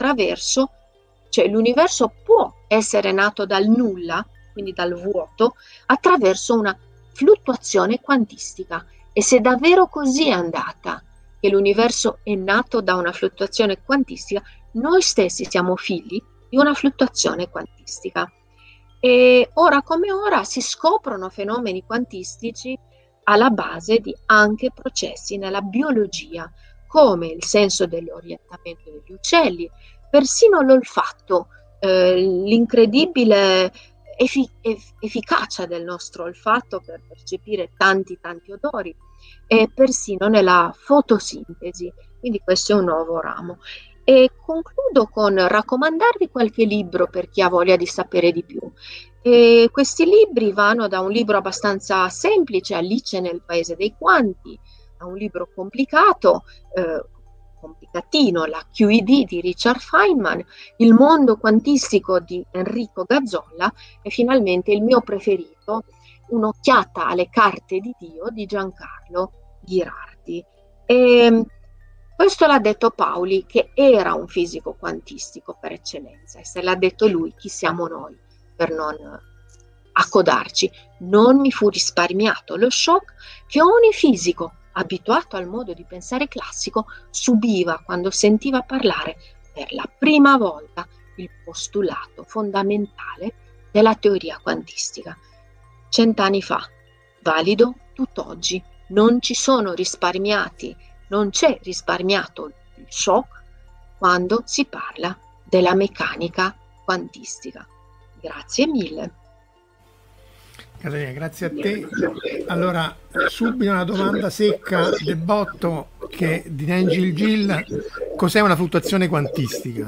cioè l'universo può essere nato dal nulla, quindi dal vuoto, attraverso una fluttuazione quantistica. E se davvero così è andata, che l'universo è nato da una fluttuazione quantistica, noi stessi siamo figli di una fluttuazione quantistica. E ora come ora si scoprono fenomeni quantistici alla base di anche processi nella biologia, come il senso dell'orientamento degli uccelli, persino l'olfatto, l'incredibile efficacia del nostro olfatto per percepire tanti odori, e persino nella fotosintesi. Quindi questo è un nuovo ramo. E concludo con raccomandarvi qualche libro per chi ha voglia di sapere di più. E questi libri vanno da un libro abbastanza semplice, Alice nel Paese dei Quanti, a un libro complicato, complicatino, la QED di Richard Feynman, il mondo quantistico di Enrico Gazzolla e finalmente il mio preferito, Un'occhiata alle carte di Dio di Giancarlo Ghirardi. E questo l'ha detto Pauli, che era un fisico quantistico per eccellenza, e se l'ha detto lui, chi siamo noi per non accodarci? Non mi fu risparmiato lo shock che ogni fisico abituato al modo di pensare classico subiva quando sentiva parlare per la prima volta il postulato fondamentale della teoria quantistica. 100 anni fa, valido tutt'oggi. Non ci sono risparmiati, non c'è risparmiato il shock quando si parla della meccanica quantistica. Grazie mille. Caterina, grazie a te. Allora, subito una domanda secca del botto che di Nangil Gill: cos'è una fluttuazione quantistica?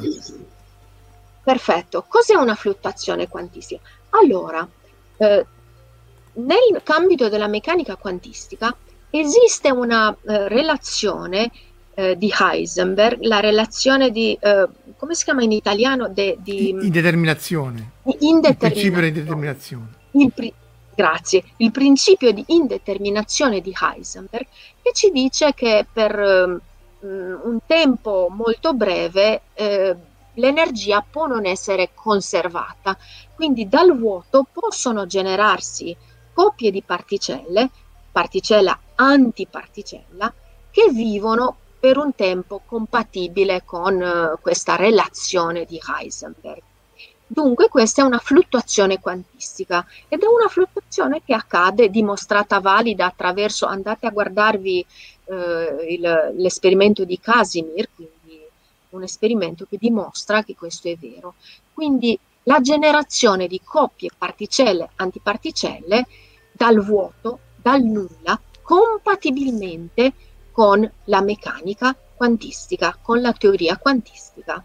Perfetto, cos'è una fluttuazione quantistica? Allora, nell'ambito della meccanica quantistica esiste una relazione di Heisenberg, la relazione di, come si chiama in italiano? Indeterminazione. Il principio di indeterminazione. Grazie. Il principio di indeterminazione di Heisenberg, che ci dice che per un tempo molto breve l'energia può non essere conservata, quindi dal vuoto possono generarsi coppie di particelle, particella antiparticella, che vivono per un tempo compatibile con questa relazione di Heisenberg. Dunque questa è una fluttuazione quantistica ed è una fluttuazione che accade, dimostrata valida attraverso, andate a guardarvi l'esperimento di Casimir, quindi un esperimento che dimostra che questo è vero. Quindi la generazione di coppie particelle antiparticelle dal vuoto, dal nulla, compatibilmente con la meccanica quantistica, con la teoria quantistica.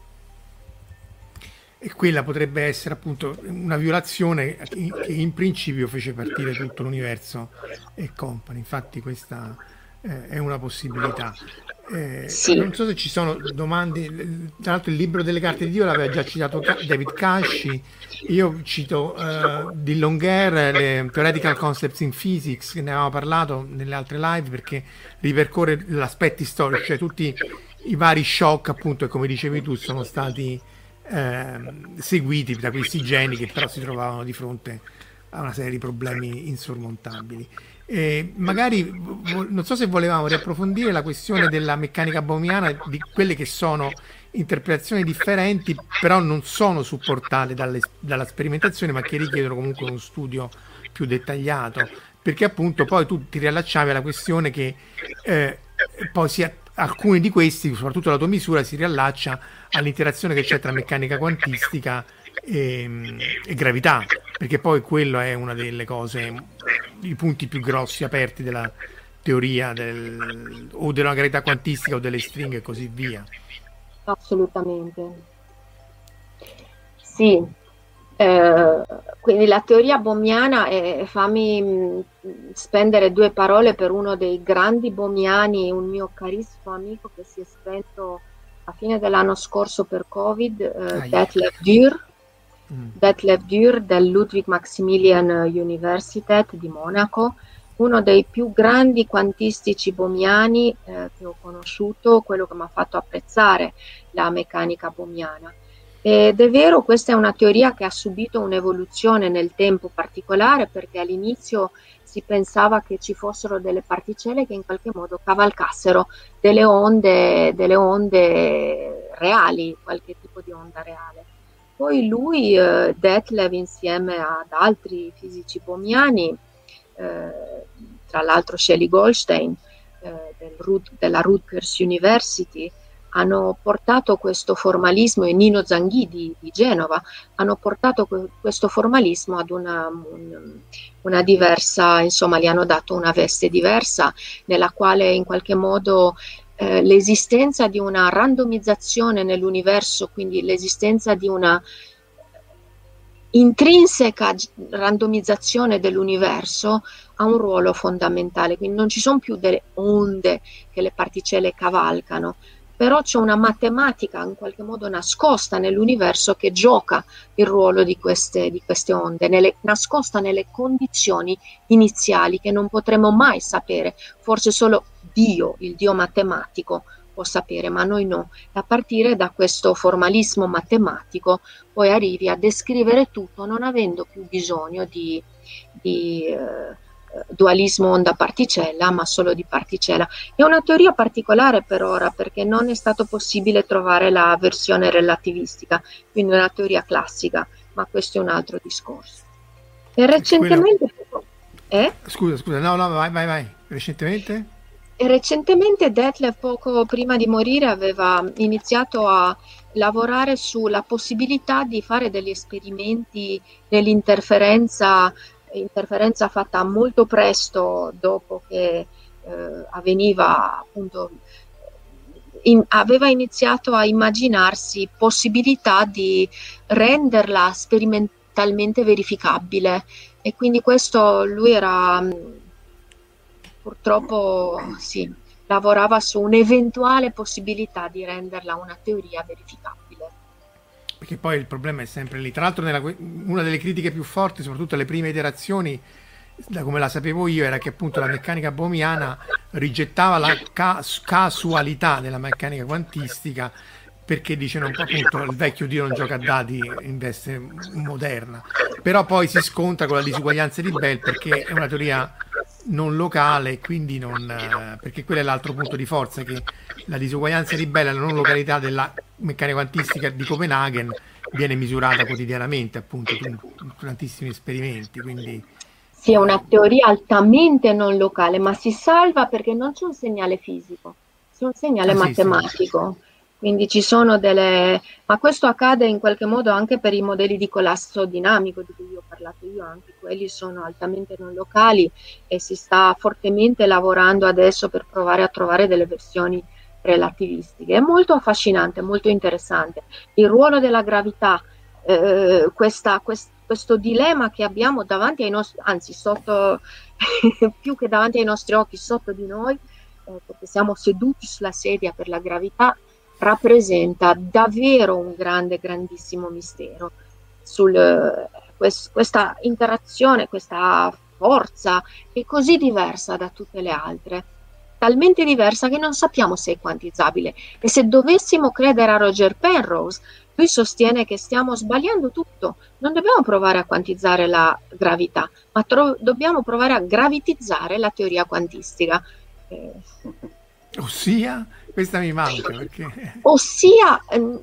E quella potrebbe essere appunto una violazione che in principio fece partire tutto l'universo e company. Infatti questa è una possibilità. Sì. Non so se ci sono domande. Tra l'altro il libro delle carte di Dio l'aveva già citato David Casci. Io cito di Longuer, le Theoretical Concepts in Physics, che ne avevamo parlato nelle altre live, perché ripercorre gli aspetti storici, cioè tutti i vari shock, appunto, e come dicevi tu sono stati seguiti da questi geni che però si trovavano di fronte a una serie di problemi insormontabili. Magari non so se volevamo riapprofondire la questione della meccanica bohmiana, di quelle che sono interpretazioni differenti, però non sono supportate dalla sperimentazione, ma che richiedono comunque uno studio più dettagliato, perché appunto poi tu ti riallacciavi alla questione che poi alcuni di questi, soprattutto la tua misura, si riallaccia all'interazione che c'è tra meccanica quantistica e gravità, perché poi quello è una delle cose, i punti più grossi aperti della teoria o della gravità quantistica o delle stringhe e così via. Assolutamente. Sì. Quindi la teoria bohmiana, fammi spendere due parole per uno dei grandi bohmiani, un mio carissimo amico che si è spento a fine dell'anno scorso per Covid, Detlef Dürr. Detlef Dürr del Ludwig Maximilian Universität di Monaco, uno dei più grandi quantistici bohmiani che ho conosciuto, quello che mi ha fatto apprezzare la meccanica bohmiana. Ed è vero, questa è una teoria che ha subito un'evoluzione nel tempo particolare, perché all'inizio si pensava che ci fossero delle particelle che in qualche modo cavalcassero delle onde reali, qualche tipo di onda reale. Poi lui, Detlef, insieme ad altri fisici bohmiani, tra l'altro Shelley Goldstein della Rutgers University, hanno portato questo formalismo, e Nino Zanghi di Genova, hanno portato questo formalismo ad una diversa, insomma, gli hanno dato una veste diversa, nella quale in qualche modo l'esistenza di una randomizzazione nell'universo, quindi l'esistenza di una intrinseca randomizzazione dell'universo, ha un ruolo fondamentale. Quindi non ci sono più delle onde che le particelle cavalcano, però c'è una matematica in qualche modo nascosta nell'universo che gioca il ruolo di queste onde, nascosta nelle condizioni iniziali che non potremo mai sapere, forse solo Dio, il Dio matematico, può sapere, ma noi no. A partire da questo formalismo matematico poi arrivi a descrivere tutto non avendo più bisogno di dualismo onda-particella, ma solo di particella. È una teoria particolare per ora perché non è stato possibile trovare la versione relativistica, quindi una teoria classica, ma questo è un altro discorso. E recentemente... Scusa, no, vai. Recentemente? E recentemente Detlef, poco prima di morire, aveva iniziato a lavorare sulla possibilità di fare degli esperimenti nell'interferenza fatta molto presto dopo che avveniva appunto aveva iniziato a immaginarsi possibilità di renderla sperimentalmente verificabile, e quindi questo lui era purtroppo lavorava su un'eventuale possibilità di renderla una teoria verificabile. Perché poi il problema è sempre lì. Tra l'altro una delle critiche più forti, soprattutto alle prime iterazioni, da come la sapevo io, era che appunto la meccanica bohmiana rigettava la casualità della meccanica quantistica, perché dice appunto il vecchio Dio non gioca a dadi in veste moderna. Però poi si scontra con la disuguaglianza di Bell, perché è una teoria non locale, quindi perché quello è l'altro punto di forza, che la disuguaglianza di Bell, la non località della meccanica quantistica di Copenaghen, viene misurata quotidianamente appunto in tantissimi esperimenti, quindi sì, è una teoria altamente non locale, ma si salva perché non c'è un segnale fisico, c'è un segnale matematico. Sì. Quindi ci sono ma questo accade in qualche modo anche per i modelli di collasso dinamico di cui ho parlato io, anche quelli sono altamente non locali e si sta fortemente lavorando adesso per provare a trovare delle versioni relativistiche. È molto affascinante, molto interessante. Il ruolo della gravità, questo dilemma che abbiamo davanti ai nostri, anzi sotto, più che davanti ai nostri occhi, sotto di noi, perché siamo seduti sulla sedia per la gravità, rappresenta davvero un grandissimo mistero questa interazione, questa forza è così diversa da tutte le altre, talmente diversa che non sappiamo se è quantizzabile, e se dovessimo credere a Roger Penrose, lui sostiene che stiamo sbagliando tutto. Non dobbiamo provare a quantizzare la gravità, ma dobbiamo provare a gravitizzare la teoria quantistica. Ossia, questa mi manca perché... ossia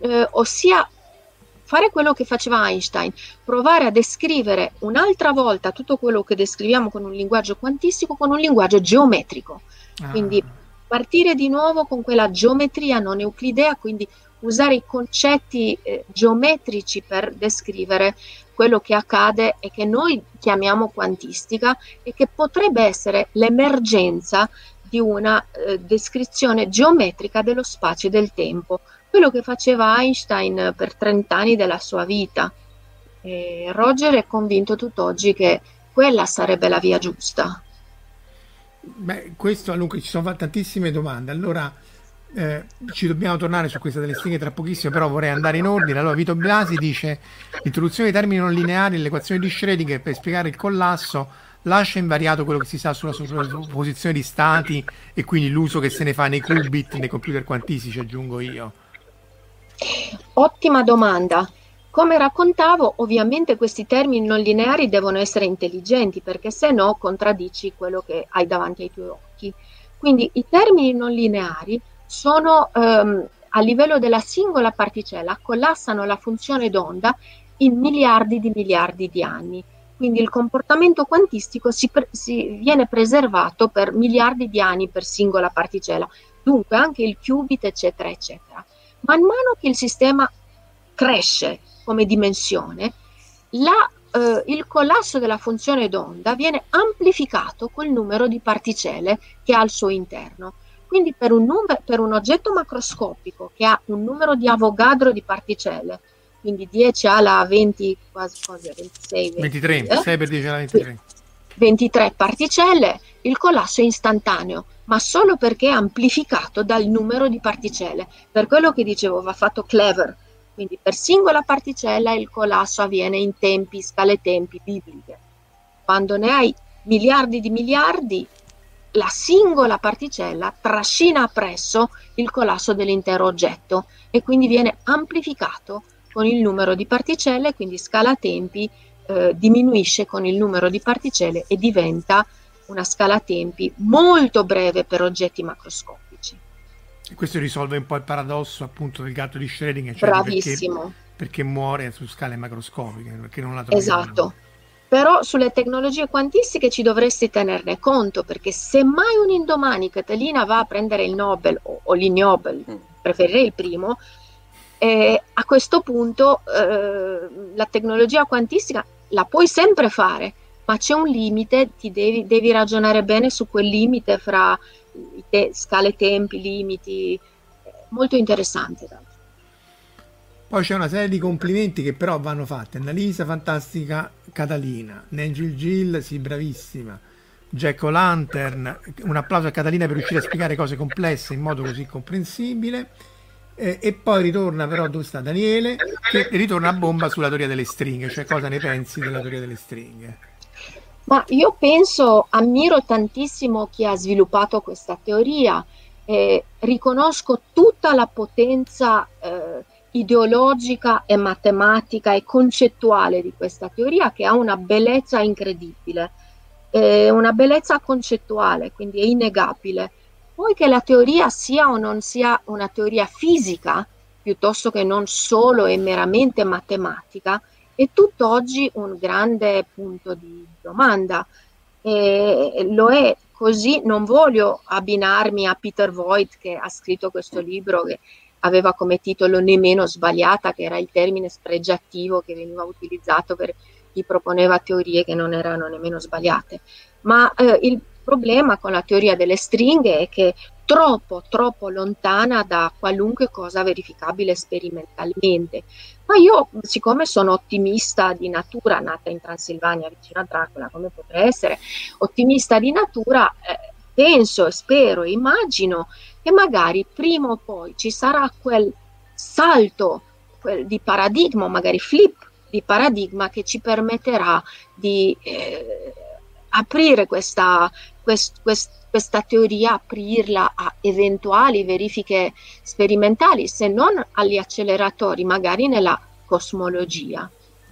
fare quello che faceva Einstein, provare a descrivere un'altra volta tutto quello che descriviamo con un linguaggio quantistico con un linguaggio geometrico. Quindi partire di nuovo con quella geometria non euclidea, quindi usare i concetti geometrici per descrivere quello che accade e che noi chiamiamo quantistica, e che potrebbe essere l'emergenza di una descrizione geometrica dello spazio e del tempo, quello che faceva Einstein per 30 anni della sua vita. E Roger è convinto tutt'oggi che quella sarebbe la via giusta. Beh, Luca, ci sono tantissime domande, allora ci dobbiamo tornare su questa delle stringhe tra pochissimo, però vorrei andare in ordine. Allora Vito Blasi dice: l'introduzione dei termini non lineari nell'equazione di Schrödinger per spiegare il collasso lascia invariato quello che si sa sulla sovrapposizione di stati e quindi l'uso che se ne fa nei qubit, nei computer quantistici, aggiungo io. Ottima domanda. Come raccontavo, ovviamente questi termini non lineari devono essere intelligenti, perché se no contraddici quello che hai davanti ai tuoi occhi. Quindi i termini non lineari sono a livello della singola particella, collassano la funzione d'onda in miliardi di anni. Quindi il comportamento quantistico si viene preservato per miliardi di anni per singola particella, dunque anche il qubit, eccetera, eccetera. Man mano che il sistema cresce come dimensione, il collasso della funzione d'onda viene amplificato col numero di particelle che ha al suo interno. Quindi per un oggetto macroscopico che ha un numero di Avogadro di particelle, quindi 10 alla 20, quasi 26, 23, 6 per 10 alla 23. 23 particelle, il collasso è istantaneo. ma solo perché è amplificato dal numero di particelle. Per quello che dicevo, va fatto clever. Quindi per singola particella il collasso avviene in scale tempi bibliche. Quando ne hai miliardi di miliardi, la singola particella trascina appresso il collasso dell'intero oggetto e quindi viene amplificato con il numero di particelle, quindi scala tempi diminuisce con il numero di particelle e diventa una scala tempi molto breve per oggetti macroscopici. E questo risolve un po' il paradosso appunto del gatto di Schrödinger, cioè Bravissimo. Perché muore su scale macroscopiche, perché non la troviamo. Esatto. Però sulle tecnologie quantistiche ci dovresti tenerne conto, perché se mai un indomani Catalina va a prendere il Nobel o l'Ignobel, preferirei il primo, a questo punto la tecnologia quantistica la puoi sempre fare, ma c'è un limite, devi ragionare bene su quel limite fra scale tempi, limiti, molto interessante. Poi c'è una serie di complimenti che però vanno fatti. Annalisa, fantastica Catalina. Nangel Gill, sì, bravissima. Jack O'Lantern, un applauso a Catalina per riuscire a spiegare cose complesse in modo così comprensibile. E poi ritorna però, dove sta Daniele, che ritorna a bomba sulla teoria delle stringhe, cioè cosa ne pensi della teoria delle stringhe? Ma io ammiro tantissimo chi ha sviluppato questa teoria, riconosco tutta la potenza ideologica e matematica e concettuale di questa teoria, che ha una bellezza incredibile, una bellezza concettuale, quindi è innegabile. Poi che la teoria sia o non sia una teoria fisica, piuttosto che non solo e meramente matematica, è tutt'oggi un grande punto di domanda. Lo è così, non voglio abbinarmi a Peter Voigt, che ha scritto questo libro che aveva come titolo Nemmeno sbagliata, che era il termine spregiativo che veniva utilizzato per chi proponeva teorie che non erano nemmeno sbagliate. Ma il problema con la teoria delle stringhe è che è troppo lontana da qualunque cosa verificabile sperimentalmente. Ma io, siccome sono ottimista di natura, nata in Transilvania vicino a Dracula, come potrei essere ottimista di natura, penso, spero, immagino che magari prima o poi ci sarà quel salto di paradigma, magari flip di paradigma, che ci permetterà di aprire questa teoria, aprirla a eventuali verifiche sperimentali, se non agli acceleratori, magari nella cosmologia.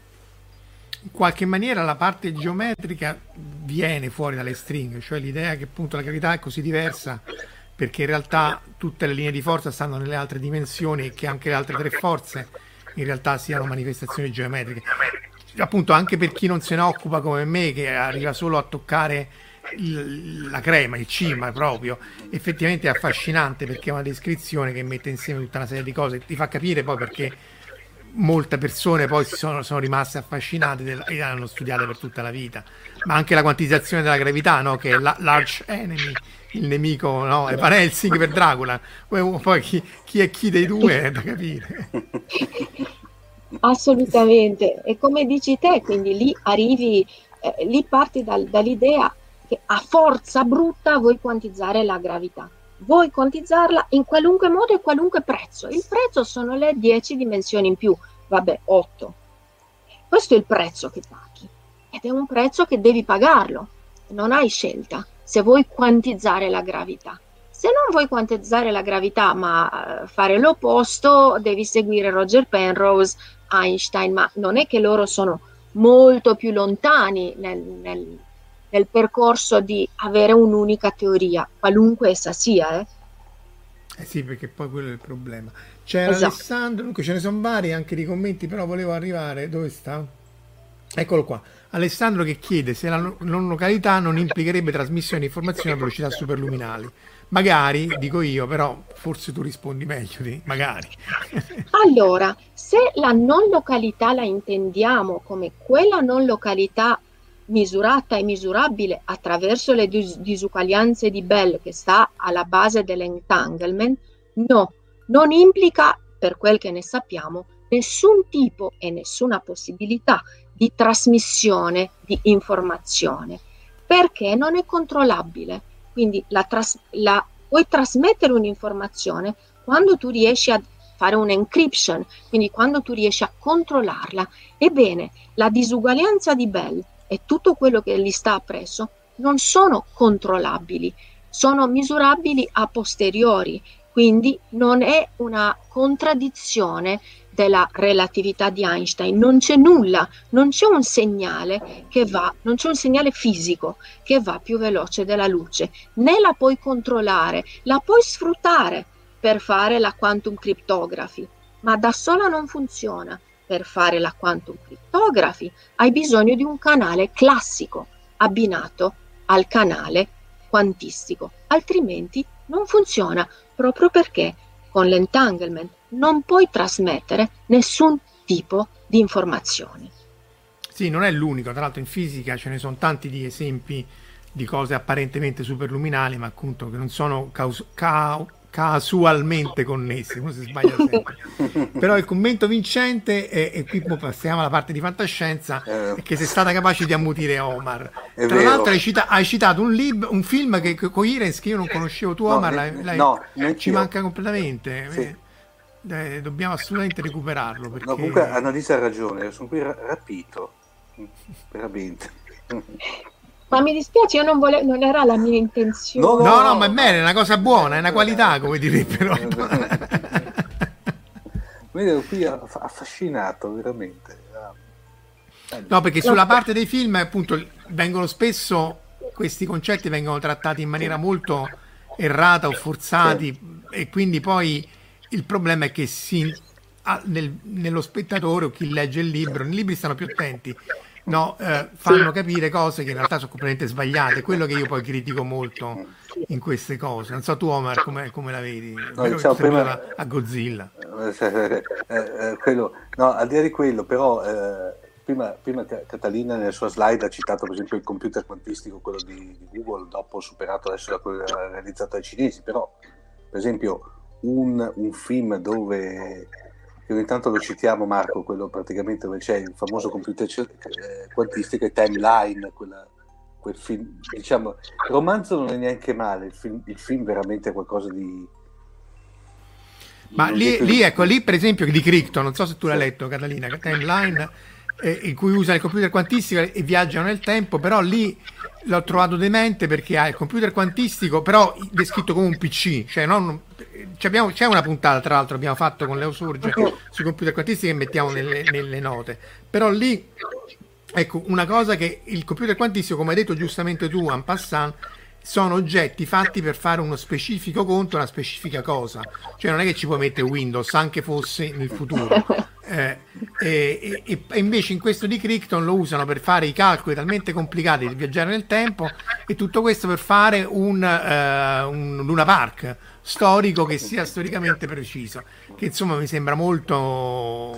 In qualche maniera la parte geometrica viene fuori dalle stringhe, cioè l'idea che appunto la gravità è così diversa perché in realtà tutte le linee di forza stanno nelle altre dimensioni e che anche le altre tre forze in realtà siano manifestazioni geometriche. Appunto, anche per chi non se ne occupa come me, che arriva solo a toccare la crema, il cima proprio, effettivamente è affascinante, perché è una descrizione che mette insieme tutta una serie di cose, ti fa capire poi perché molte persone poi sono rimaste affascinate e l'hanno studiata per tutta la vita. Ma anche la quantizzazione della gravità, no? Che è l'arch enemy, il nemico, no? È Van Helsing per Dracula. Poi chi è chi dei due è da capire. Assolutamente, e come dici te, quindi lì arrivi, lì parti dall'idea che a forza brutta vuoi quantizzare la gravità, vuoi quantizzarla in qualunque modo e qualunque prezzo. Il prezzo sono le 10 dimensioni in più, vabbè 8. Questo è il prezzo che paghi ed è un prezzo che devi pagarlo, non hai scelta se vuoi quantizzare la gravità. Se non vuoi quantizzare la gravità ma fare l'opposto, devi seguire Roger Penrose, Einstein, ma non è che loro sono molto più lontani nel percorso di avere un'unica teoria, qualunque essa sia. Sì, perché poi quello è il problema. C'era Esatto. Alessandro, comunque ce ne sono vari anche di commenti, però volevo arrivare, dove sta? Eccolo qua. Alessandro che chiede se la non località non implicherebbe trasmissione di informazioni a velocità superluminali. Magari, dico io, però forse tu rispondi meglio di magari. Allora, se la non località la intendiamo come quella non località misurata e misurabile attraverso le disuguaglianze di Bell che sta alla base dell'entanglement, no, non implica, per quel che ne sappiamo, nessun tipo e nessuna possibilità di trasmissione di informazione, perché non è controllabile. Quindi puoi trasmettere un'informazione quando tu riesci a fare un encryption, quindi quando tu riesci a controllarla. Ebbene, la disuguaglianza di Bell e tutto quello che gli sta appresso non sono controllabili, sono misurabili a posteriori, quindi non è una contraddizione della relatività di Einstein, non c'è nulla, non c'è un segnale non c'è un segnale fisico che va più veloce della luce, né la puoi controllare, la puoi sfruttare per fare la quantum cryptography, ma da sola non funziona. Per fare la quantum cryptography hai bisogno di un canale classico abbinato al canale quantistico, altrimenti non funziona, proprio perché con l'entanglement non puoi trasmettere nessun tipo di informazioni. Sì, non è l'unico, tra l'altro in fisica ce ne sono tanti di esempi di cose apparentemente superluminali, ma appunto che non sono casualmente connesse, uno si sbaglia sempre. Però il commento vincente e qui passiamo alla parte di fantascienza, è che sei stata capace di ammutire Omar. Tra vero. l'altro hai citato un film che Coherence, che io non conoscevo. Tu, Omar, ci manca completamente. Sì. Dobbiamo assolutamente recuperarlo, perché... No, comunque Annalisa ha ragione, sono qui rapito veramente. Ma mi dispiace, io non era la mia intenzione. No, ma è bene, è una cosa buona, è una qualità, come direbbero. Mi vedo qui affascinato, veramente. No, perché sulla parte dei film, appunto, questi concetti vengono trattati in maniera molto errata o forzati, e quindi poi il problema è che nello spettatore o chi legge il libro, nei libri stanno più attenti, fanno capire cose che in realtà sono completamente sbagliate. Quello che io poi critico molto in queste cose. Non so tu, Omar, come la vedi? Diciamo, prima a Godzilla. Al di là di quello, però prima Catalina nella sua slide ha citato per esempio il computer quantistico, quello di Google, dopo superato adesso da quello realizzato dai cinesi. Però per esempio un film dove, che ogni tanto lo citiamo, Marco, quello praticamente dove c'è il famoso computer quantistico, è Timeline, quel film, diciamo, il romanzo non è neanche male, il film veramente è qualcosa di... Ma lì per esempio di Crichton, non so se tu l'hai letto, Catalina, Timeline, in cui usa il computer quantistico e viaggiano nel tempo, però lì l'ho trovato demente, perché ha il computer quantistico però descritto come un PC, cioè c'è una puntata, tra l'altro, abbiamo fatto con Leo Sorge sui computer quantistici, che mettiamo nelle note, però lì, ecco, una cosa che il computer quantistico, come hai detto giustamente tu en passant, sono oggetti fatti per fare uno specifico conto, una specifica cosa, cioè non è che ci puoi mettere Windows, anche fosse nel futuro. E invece in questo di Crichton lo usano per fare i calcoli talmente complicati di viaggiare nel tempo, e tutto questo per fare un Luna Park storico che sia storicamente preciso, che insomma mi sembra molto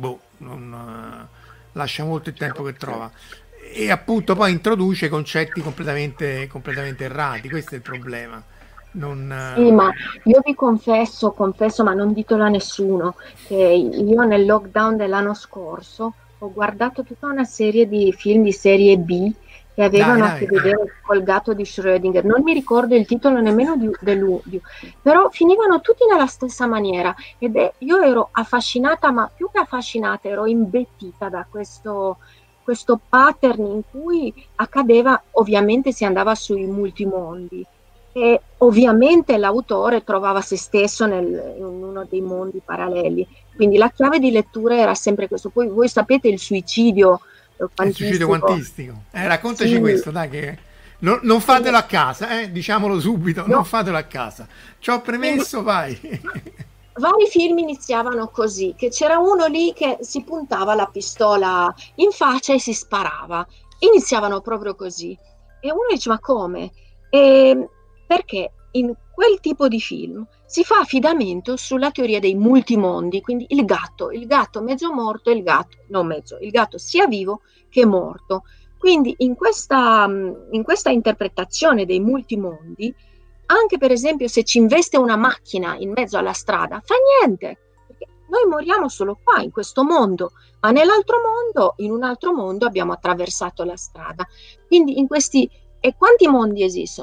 lascia molto il tempo che trova, e appunto poi introduce concetti completamente errati. Questo è il problema. Sì, ma io vi confesso, ma non ditelo a nessuno, che io nel lockdown dell'anno scorso ho guardato tutta una serie di film di serie B che avevano a che vedere col gatto di Schrödinger. Non mi ricordo il titolo nemmeno però finivano tutti nella stessa maniera, io ero affascinata, ma più che affascinata ero imbettita da questo pattern in cui accadeva. Ovviamente si andava sui multimondi, e ovviamente l'autore trovava se stesso in uno dei mondi paralleli, quindi la chiave di lettura era sempre questo. Poi voi sapete il suicidio quantistico. Raccontaci questo, dai, che non fatelo a casa, diciamolo subito, no. Non fatelo a casa. Ci ho premesso, vai. Vari film iniziavano così, che c'era uno lì che si puntava la pistola in faccia e si sparava. Iniziavano proprio così. E uno dice, ma come? Perché in quel tipo di film si fa affidamento sulla teoria dei multimondi, quindi il gatto mezzo morto, il gatto sia vivo che morto. Quindi in questa interpretazione dei multimondi, anche per esempio se ci investe una macchina in mezzo alla strada, fa niente, perché noi moriamo solo qua in questo mondo, ma in un altro mondo abbiamo attraversato la strada. Quindi e quanti mondi esistono?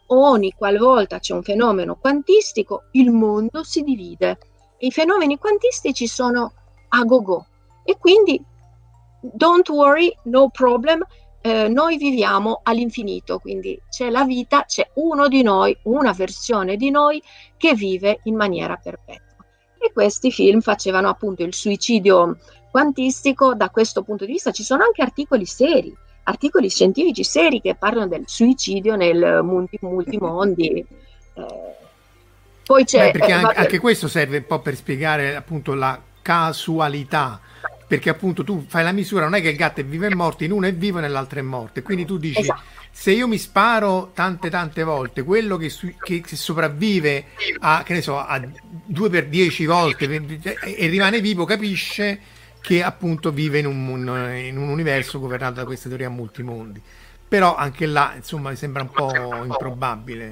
ogni qualvolta c'è un fenomeno quantistico, il mondo si divide. E i fenomeni quantistici sono a go-go. E quindi, don't worry, no problem, noi viviamo all'infinito, quindi c'è la vita, c'è uno di noi, una versione di noi che vive in maniera perpetua. E questi film facevano appunto il suicidio quantistico da questo punto di vista. Ci sono anche articoli scientifici seri che parlano del suicidio nel multimondi. Poi c'è, perché anche questo serve un po' per spiegare appunto la casualità, perché appunto tu fai la misura, non è che il gatto è vivo e morto, in uno è vivo e nell'altro è morto, e quindi tu dici, esatto, se io mi sparo tante volte, quello che sopravvive a, che ne so, a 2 per 10 volte e rimane vivo, capisce che appunto vive in un universo governato da questa teoria multimondi. Però anche là, insomma, mi sembra un po' improbabile.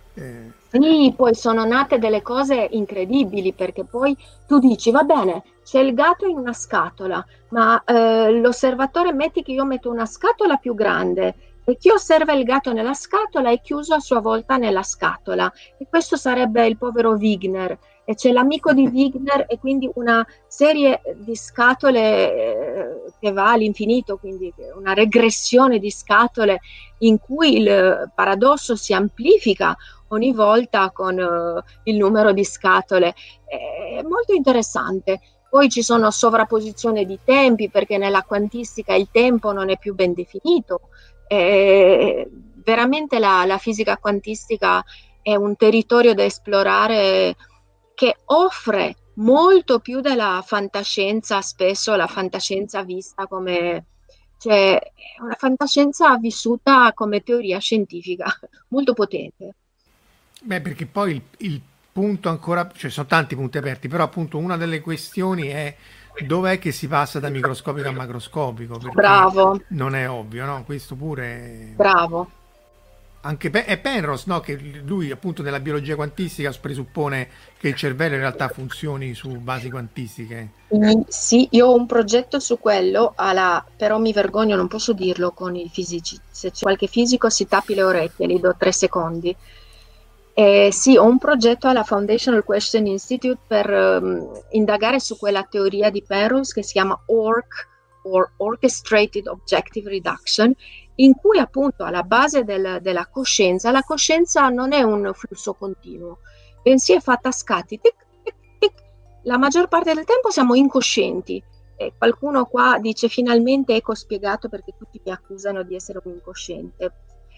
Sì, poi sono nate delle cose incredibili, perché poi tu dici, va bene, c'è il gatto in una scatola, ma l'osservatore, metti che io metto una scatola più grande e chi osserva il gatto nella scatola è chiuso a sua volta nella scatola, e questo sarebbe il povero Wigner, e c'è l'amico di Wigner, e quindi una serie di scatole che va all'infinito, quindi una regressione di scatole in cui il paradosso si amplifica ogni volta con il numero di scatole. È molto interessante. Poi ci sono sovrapposizioni di tempi, perché nella quantistica il tempo non è più ben definito. Veramente la fisica quantistica è un territorio da esplorare, che offre molto più della fantascienza, spesso la fantascienza vista come, cioè, una fantascienza vissuta come teoria scientifica, molto potente. Perché poi il punto ancora, cioè sono tanti punti aperti, però appunto una delle questioni è dov'è che si passa da microscopico a macroscopico, perché bravo, non è ovvio, no? Questo pure bravo. Anche è Penrose, no? Che lui appunto nella biologia quantistica presuppone che il cervello in realtà funzioni su basi quantistiche. Sì, io ho un progetto su quello, però mi vergogno, non posso dirlo con i fisici. Se c'è qualche fisico si tappi le orecchie, gli do 3 secondi. Sì, ho un progetto alla Foundational Question Institute per indagare su quella teoria di Penrose che si chiama ORC, or Orchestrated Objective Reduction, in cui appunto alla base della coscienza, la coscienza non è un flusso continuo, bensì è fatta a scatti, tic, tic, tic. La maggior parte del tempo siamo incoscienti, e qualcuno qua dice finalmente ecco spiegato perché tutti mi accusano di essere un incosciente.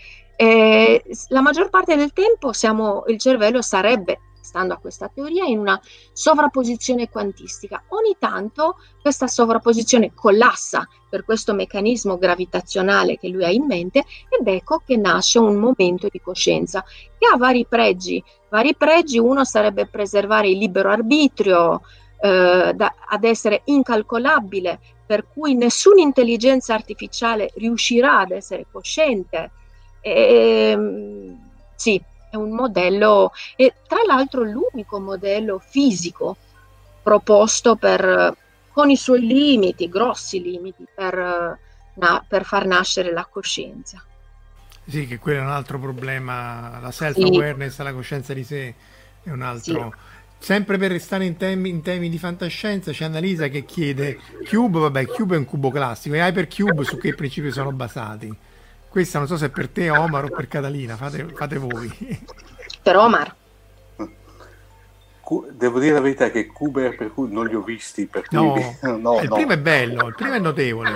La maggior parte del tempo il cervello sarebbe, stando a questa teoria, in una sovrapposizione quantistica. Ogni tanto questa sovrapposizione collassa per questo meccanismo gravitazionale che lui ha in mente, ed ecco che nasce un momento di coscienza che ha vari pregi. Uno sarebbe preservare il libero arbitrio, ad essere incalcolabile, per cui nessuna intelligenza artificiale riuscirà ad essere cosciente. Sì, è un modello, e tra l'altro l'unico modello fisico proposto con i suoi limiti, grossi limiti, per far nascere la coscienza. Sì, che quello è un altro problema, la self-awareness, la coscienza di sé è un altro. Sì. Sempre per restare in temi di fantascienza, c'è Annalisa che chiede Cube, Cube è un cubo classico, e Hypercube su che principi sono basati? Questa non so se è per te, Omar, o per Catalina, fate voi. Per Omar. Devo dire la verità che Cube per cui non li ho visti, per cui no. Primo è bello, il primo è notevole,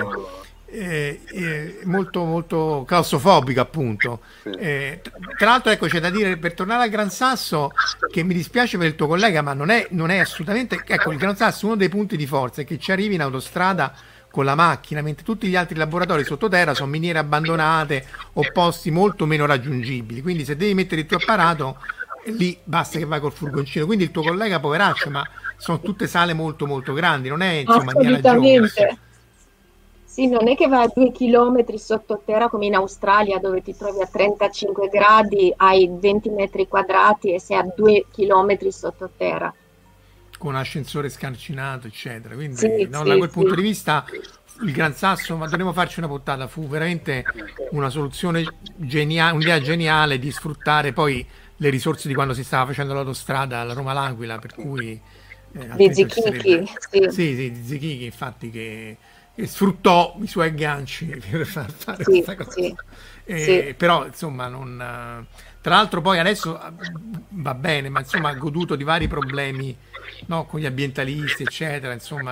molto molto claustrofobico appunto. Sì. Tra l'altro ecco, c'è da dire, per tornare al Gran Sasso, che mi dispiace per il tuo collega, ma non è assolutamente, ecco, il Gran Sasso, uno dei punti di forza è che ci arrivi in autostrada con la macchina, mentre tutti gli altri laboratori sottoterra sono miniere abbandonate o posti molto meno raggiungibili, quindi se devi mettere il tuo apparato lì basta che vai col furgoncino. Quindi il tuo collega poveraccio, ma sono tutte sale molto molto grandi, non è insomma Indiana Jones. Sì, non è che vai a 2 chilometri sottoterra come in Australia, dove ti trovi a 35 gradi, hai 20 metri quadrati e sei a 2 chilometri sottoterra. Con ascensore scarcinato, eccetera. Quindi da quel punto di vista il Gran Sasso, ma dovremmo farci una puntata, fu veramente una soluzione geniale, un'idea geniale di sfruttare poi le risorse di quando si stava facendo l'autostrada alla Roma-L'Aquila, per cui Di Zichichi, sì. sì, di Zichichi, infatti, che sfruttò i suoi agganci per fare Sì, questa cosa. sì, sì. Però insomma tra l'altro poi adesso va bene, ma insomma ha goduto di vari problemi, no, con gli ambientalisti eccetera, insomma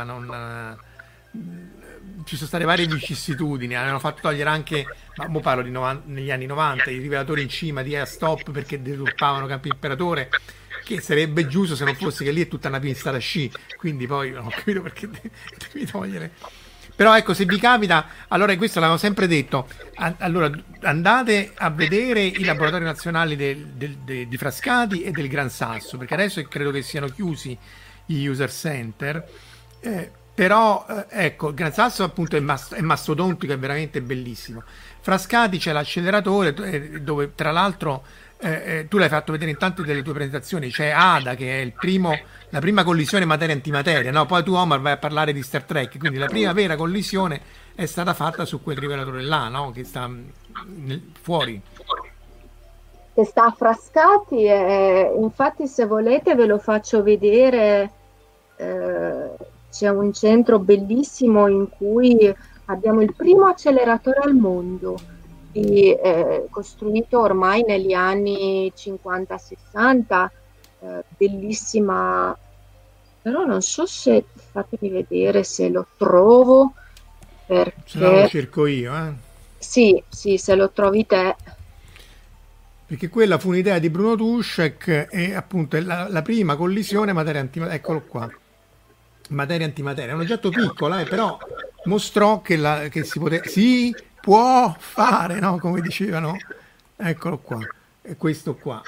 ci sono state varie vicissitudini, hanno fatto togliere anche, ma mo parlo negli anni 90, i rivelatori in cima di Stop perché deturpavano Campo Imperatore, che sarebbe giusto se non fosse che lì è tutta una pista da sci, quindi poi non ho capito perché devi togliere. Però ecco, se vi capita, allora questo l'avevo sempre detto, allora andate a vedere i laboratori nazionali di Frascati e del Gran Sasso, perché adesso credo che siano chiusi gli user center, però ecco, il Gran Sasso appunto è mastodontico, è veramente bellissimo. Frascati c'è l'acceleratore dove tra l'altro tu l'hai fatto vedere in tante delle tue presentazioni, c'è Ada che è la prima collisione materia-antimateria, no? Poi tu, Omar, vai a parlare di Star Trek, quindi la prima vera collisione è stata fatta su quel rivelatore là, no? Che sta fuori. Che sta a Frascati, infatti se volete ve lo faccio vedere, c'è un centro bellissimo in cui abbiamo il primo acceleratore al mondo, costruito ormai negli anni 50-60, bellissima, però non so se, fatemi vedere se lo trovo, perché... Se no lo cerco io, Sì, se lo trovi te. Perché quella fu un'idea di Bruno Tuschek e appunto è la prima collisione materia-antimateria, eccolo qua, materia-antimateria, è un oggetto piccolo, però mostrò che si può fare, no? Come dicevano, eccolo qua, è questo qua.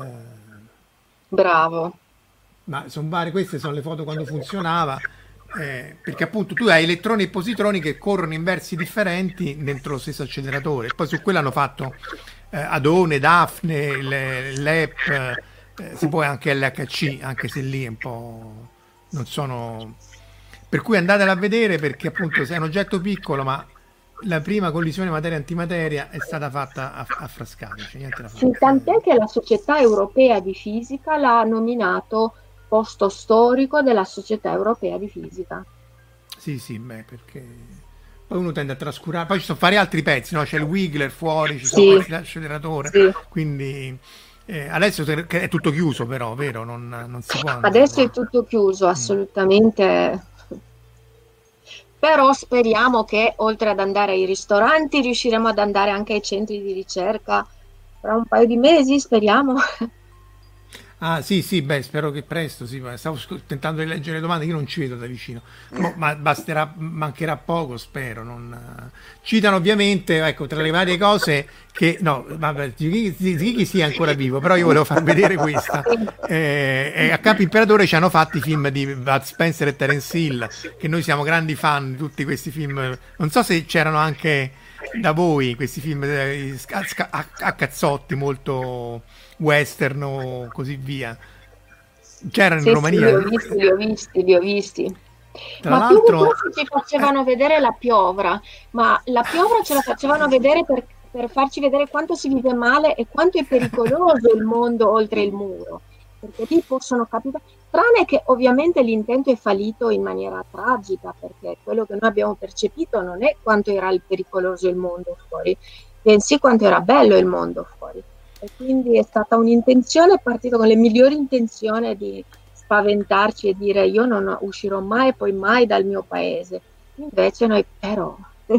Bravo. Ma sono varie, queste sono le foto quando funzionava, perché appunto tu hai elettroni e positroni che corrono in versi differenti dentro lo stesso acceleratore. Poi su quello hanno fatto Adone, Daphne, l'EP, si può anche LHC, anche se lì è un po' non sono, per cui andatela a vedere, perché appunto è un oggetto piccolo, ma la prima collisione materia-antimateria è stata fatta a Frascati, cioè niente da fare. Sì, tant'è che la Società Europea di Fisica l'ha nominato posto storico della Società Europea di Fisica. Sì, perché poi uno tende a trascurare, poi ci sono vari altri pezzi, no? C'è il Wiggler fuori, ci sono pezzi dell'acceleratore, quindi adesso è tutto chiuso, però, vero? Non si può andare. Adesso è tutto chiuso, assolutamente. Però speriamo che oltre ad andare ai ristoranti riusciremo ad andare anche ai centri di ricerca tra un paio di mesi, speriamo. Ah sì, spero che presto, sì, stavo tentando di leggere le domande, io non ci vedo da vicino, ma mancherà poco, spero. Citano ovviamente, ecco, tra le varie cose che, no, vabbè, Zichichi sia ancora vivo, però io volevo far vedere questa. A Campo Imperatore ci hanno fatto i film di Bud Spencer e Terence Hill, che noi siamo grandi fan di tutti questi film, non so se c'erano anche da voi questi film a cazzotti molto western o così via, c'erano in Romania. Li ho visti. Tra ma l'altro più che ci facevano vedere la piovra, ma la piovra ce la facevano vedere per farci vedere quanto si vive male e quanto è pericoloso il mondo oltre il muro, perché lì possono capitare, tranne che ovviamente l'intento è fallito in maniera tragica, perché quello che noi abbiamo percepito non è quanto era pericoloso il mondo fuori, bensì quanto era bello il mondo fuori. E quindi è stata un'intenzione, è partito con le migliori intenzioni di spaventarci e dire io non uscirò mai e poi mai dal mio paese. Invece noi però...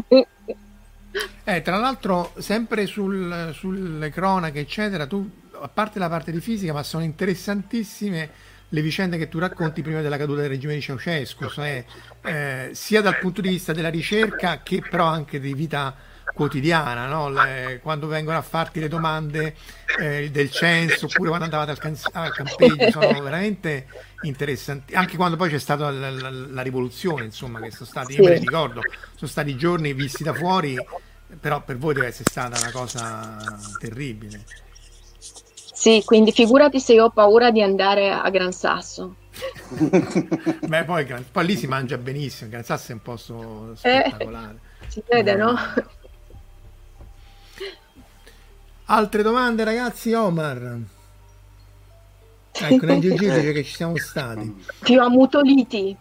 Tra l'altro sempre sulle cronache eccetera, tu, a parte la parte di fisica, ma sono interessantissime le vicende che tu racconti prima della caduta del regime di Ceausescu, cioè, sia dal punto di vista della ricerca che però anche di vita quotidiana, no? Quando vengono a farti le domande del censo, oppure quando andavate al campeggio, sono veramente interessanti, anche quando poi c'è stata la rivoluzione, insomma, che sono stati, io me ne ricordo, sono stati giorni visti da fuori, però per voi deve essere stata una cosa terribile. Sì, quindi figurati se io ho paura di andare a Gran Sasso. Beh, poi lì si mangia benissimo, Gran Sasso è un posto spettacolare. Si vede, no? Altre domande, ragazzi? Omar? Ecco, nel Gigi dice che ci siamo stati. Più ammutoliti.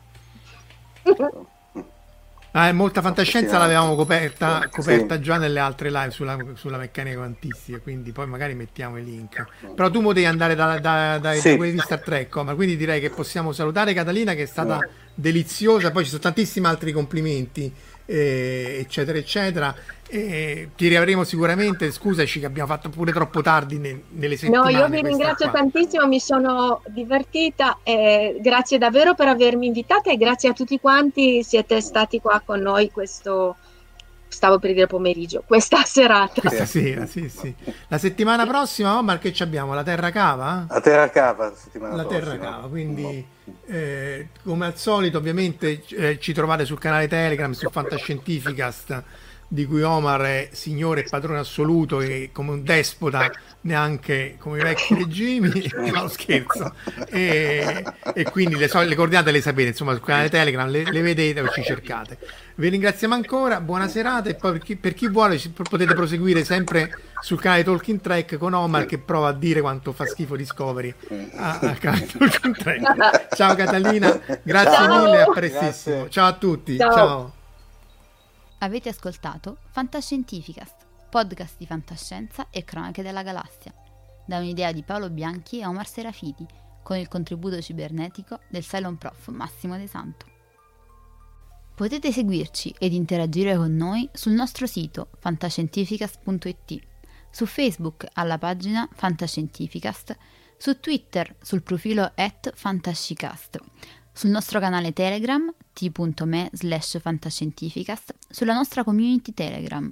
Molta fantascienza l'avevamo coperta già nelle altre live sulla meccanica quantistica, quindi poi magari mettiamo i link. Però tu potevi andare dai quelli di Star Trek, ma quindi direi che possiamo salutare Catalina, che è stata deliziosa. Poi ci sono tantissimi altri complimenti, eccetera eccetera, e ti riavremo sicuramente. Scusaci che abbiamo fatto pure troppo tardi nelle settimane. No, io vi ringrazio tantissimo, mi sono divertita e grazie davvero per avermi invitata e grazie a tutti quanti siete stati qua con noi stavo per dire pomeriggio, questa serata. Questa sera, sì. La settimana prossima, Omar, che ci abbiamo? La Terra Cava? La Terra Cava, Terra Cava, quindi come al solito ovviamente ci trovate sul canale Telegram, su Fantascientificast, di cui Omar è signore e padrone assoluto e come un despota, neanche come i vecchi regimi. No, scherzo. E quindi le coordinate le sapete, insomma, sul canale Telegram le vedete o ci cercate. Vi ringraziamo ancora, buona serata, e poi per chi vuole potete proseguire sempre sul canale Talking Track con Omar che prova a dire quanto fa schifo Discovery al canale Talking Track. Ciao Catalina, grazie mille, a prestissimo. Grazie. Ciao a tutti. Ciao. Avete ascoltato Fantascientificast, podcast di fantascienza e cronache della galassia, da un'idea di Paolo Bianchi e Omar Serafiti, con il contributo cibernetico del Cylon Prof Massimo De Santo. Potete seguirci ed interagire con noi sul nostro sito fantascientificast.it, su Facebook alla pagina Fantascientificast, su Twitter sul profilo @fantascicast, sul nostro canale Telegram t.me/fantascientificast, sulla nostra community Telegram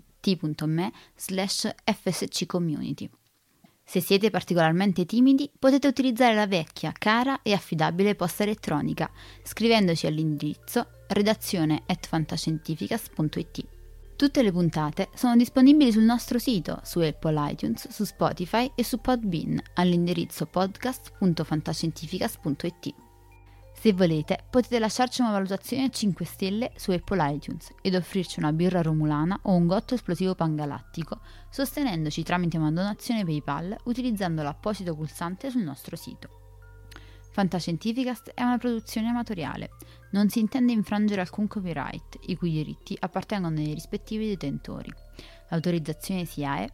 t.me/fsccommunity. Se siete particolarmente timidi, potete utilizzare la vecchia, cara e affidabile posta elettronica, scrivendoci all'indirizzo redazione@fantascientificast.it. Tutte le puntate sono disponibili sul nostro sito, su Apple iTunes, su Spotify e su Podbean, all'indirizzo podcast.fantascientificast.it. Se volete, potete lasciarci una valutazione a 5 stelle su Apple iTunes ed offrirci una birra romulana o un gotto esplosivo pangalattico, sostenendoci tramite una donazione PayPal utilizzando l'apposito pulsante sul nostro sito. Fantascientificast è una produzione amatoriale, non si intende infrangere alcun copyright, i cui diritti appartengono ai rispettivi detentori. L'autorizzazione SIAE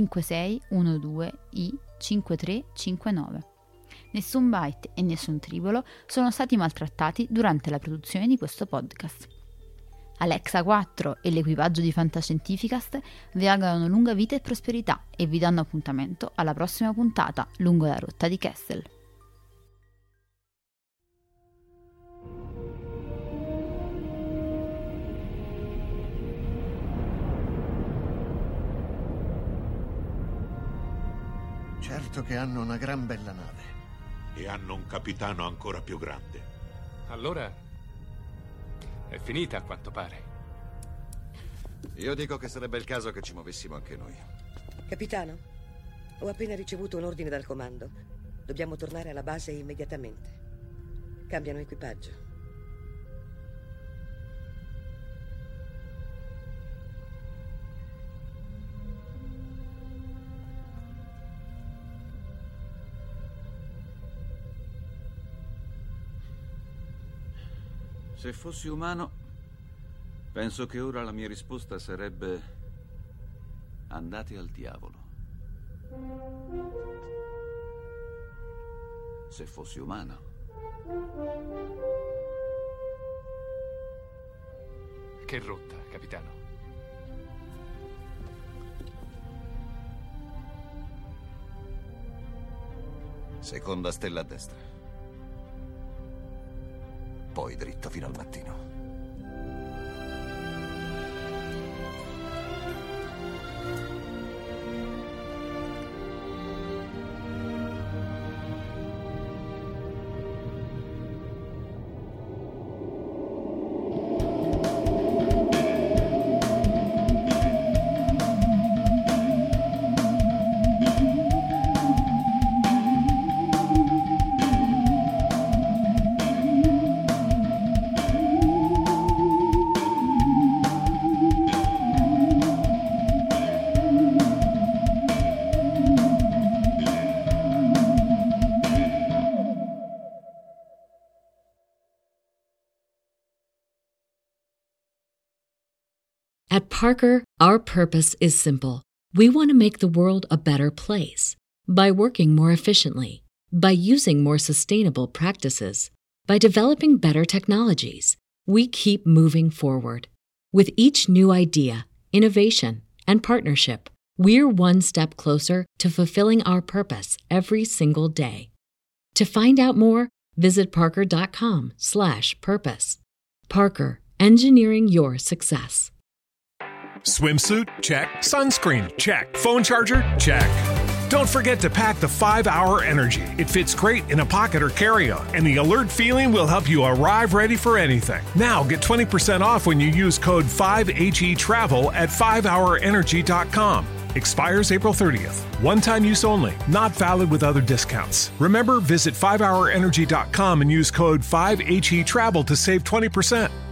5612I5359. Nessun byte e nessun tribolo sono stati maltrattati durante la produzione di questo podcast. Alexa 4 e l'equipaggio di Fantascientificast vi augurano lunga vita e prosperità e vi danno appuntamento alla prossima puntata lungo la rotta di Kessel. Certo che hanno una gran bella nave. E hanno un capitano ancora più grande. Allora è finita, a quanto pare. Io dico che sarebbe il caso che ci muovessimo anche noi. Capitano, ho appena ricevuto un ordine dal comando. Dobbiamo tornare alla base immediatamente. Cambiano equipaggio. Se fossi umano, penso che ora la mia risposta sarebbe: andate al diavolo. Se fossi umano. Che rotta, capitano? Seconda stella a destra. Poi dritto fino al mattino. At Parker, our purpose is simple. We want to make the world a better place by working more efficiently, by using more sustainable practices, by developing better technologies. We keep moving forward. With each new idea, innovation, and partnership, we're one step closer to fulfilling our purpose every single day. To find out more, visit parker.com/purpose. Parker, engineering your success. Swimsuit? Check. Sunscreen? Check. Phone charger? Check. Don't forget to pack the 5-Hour Energy. It fits great in a pocket or carry-on, and the alert feeling will help you arrive ready for anything. Now get 20% off when you use code 5HETRAVEL at 5hourenergy.com. Expires April 30th. One-time use only. Not valid with other discounts. Remember, visit 5hourenergy.com and use code 5HETRAVEL to save 20%.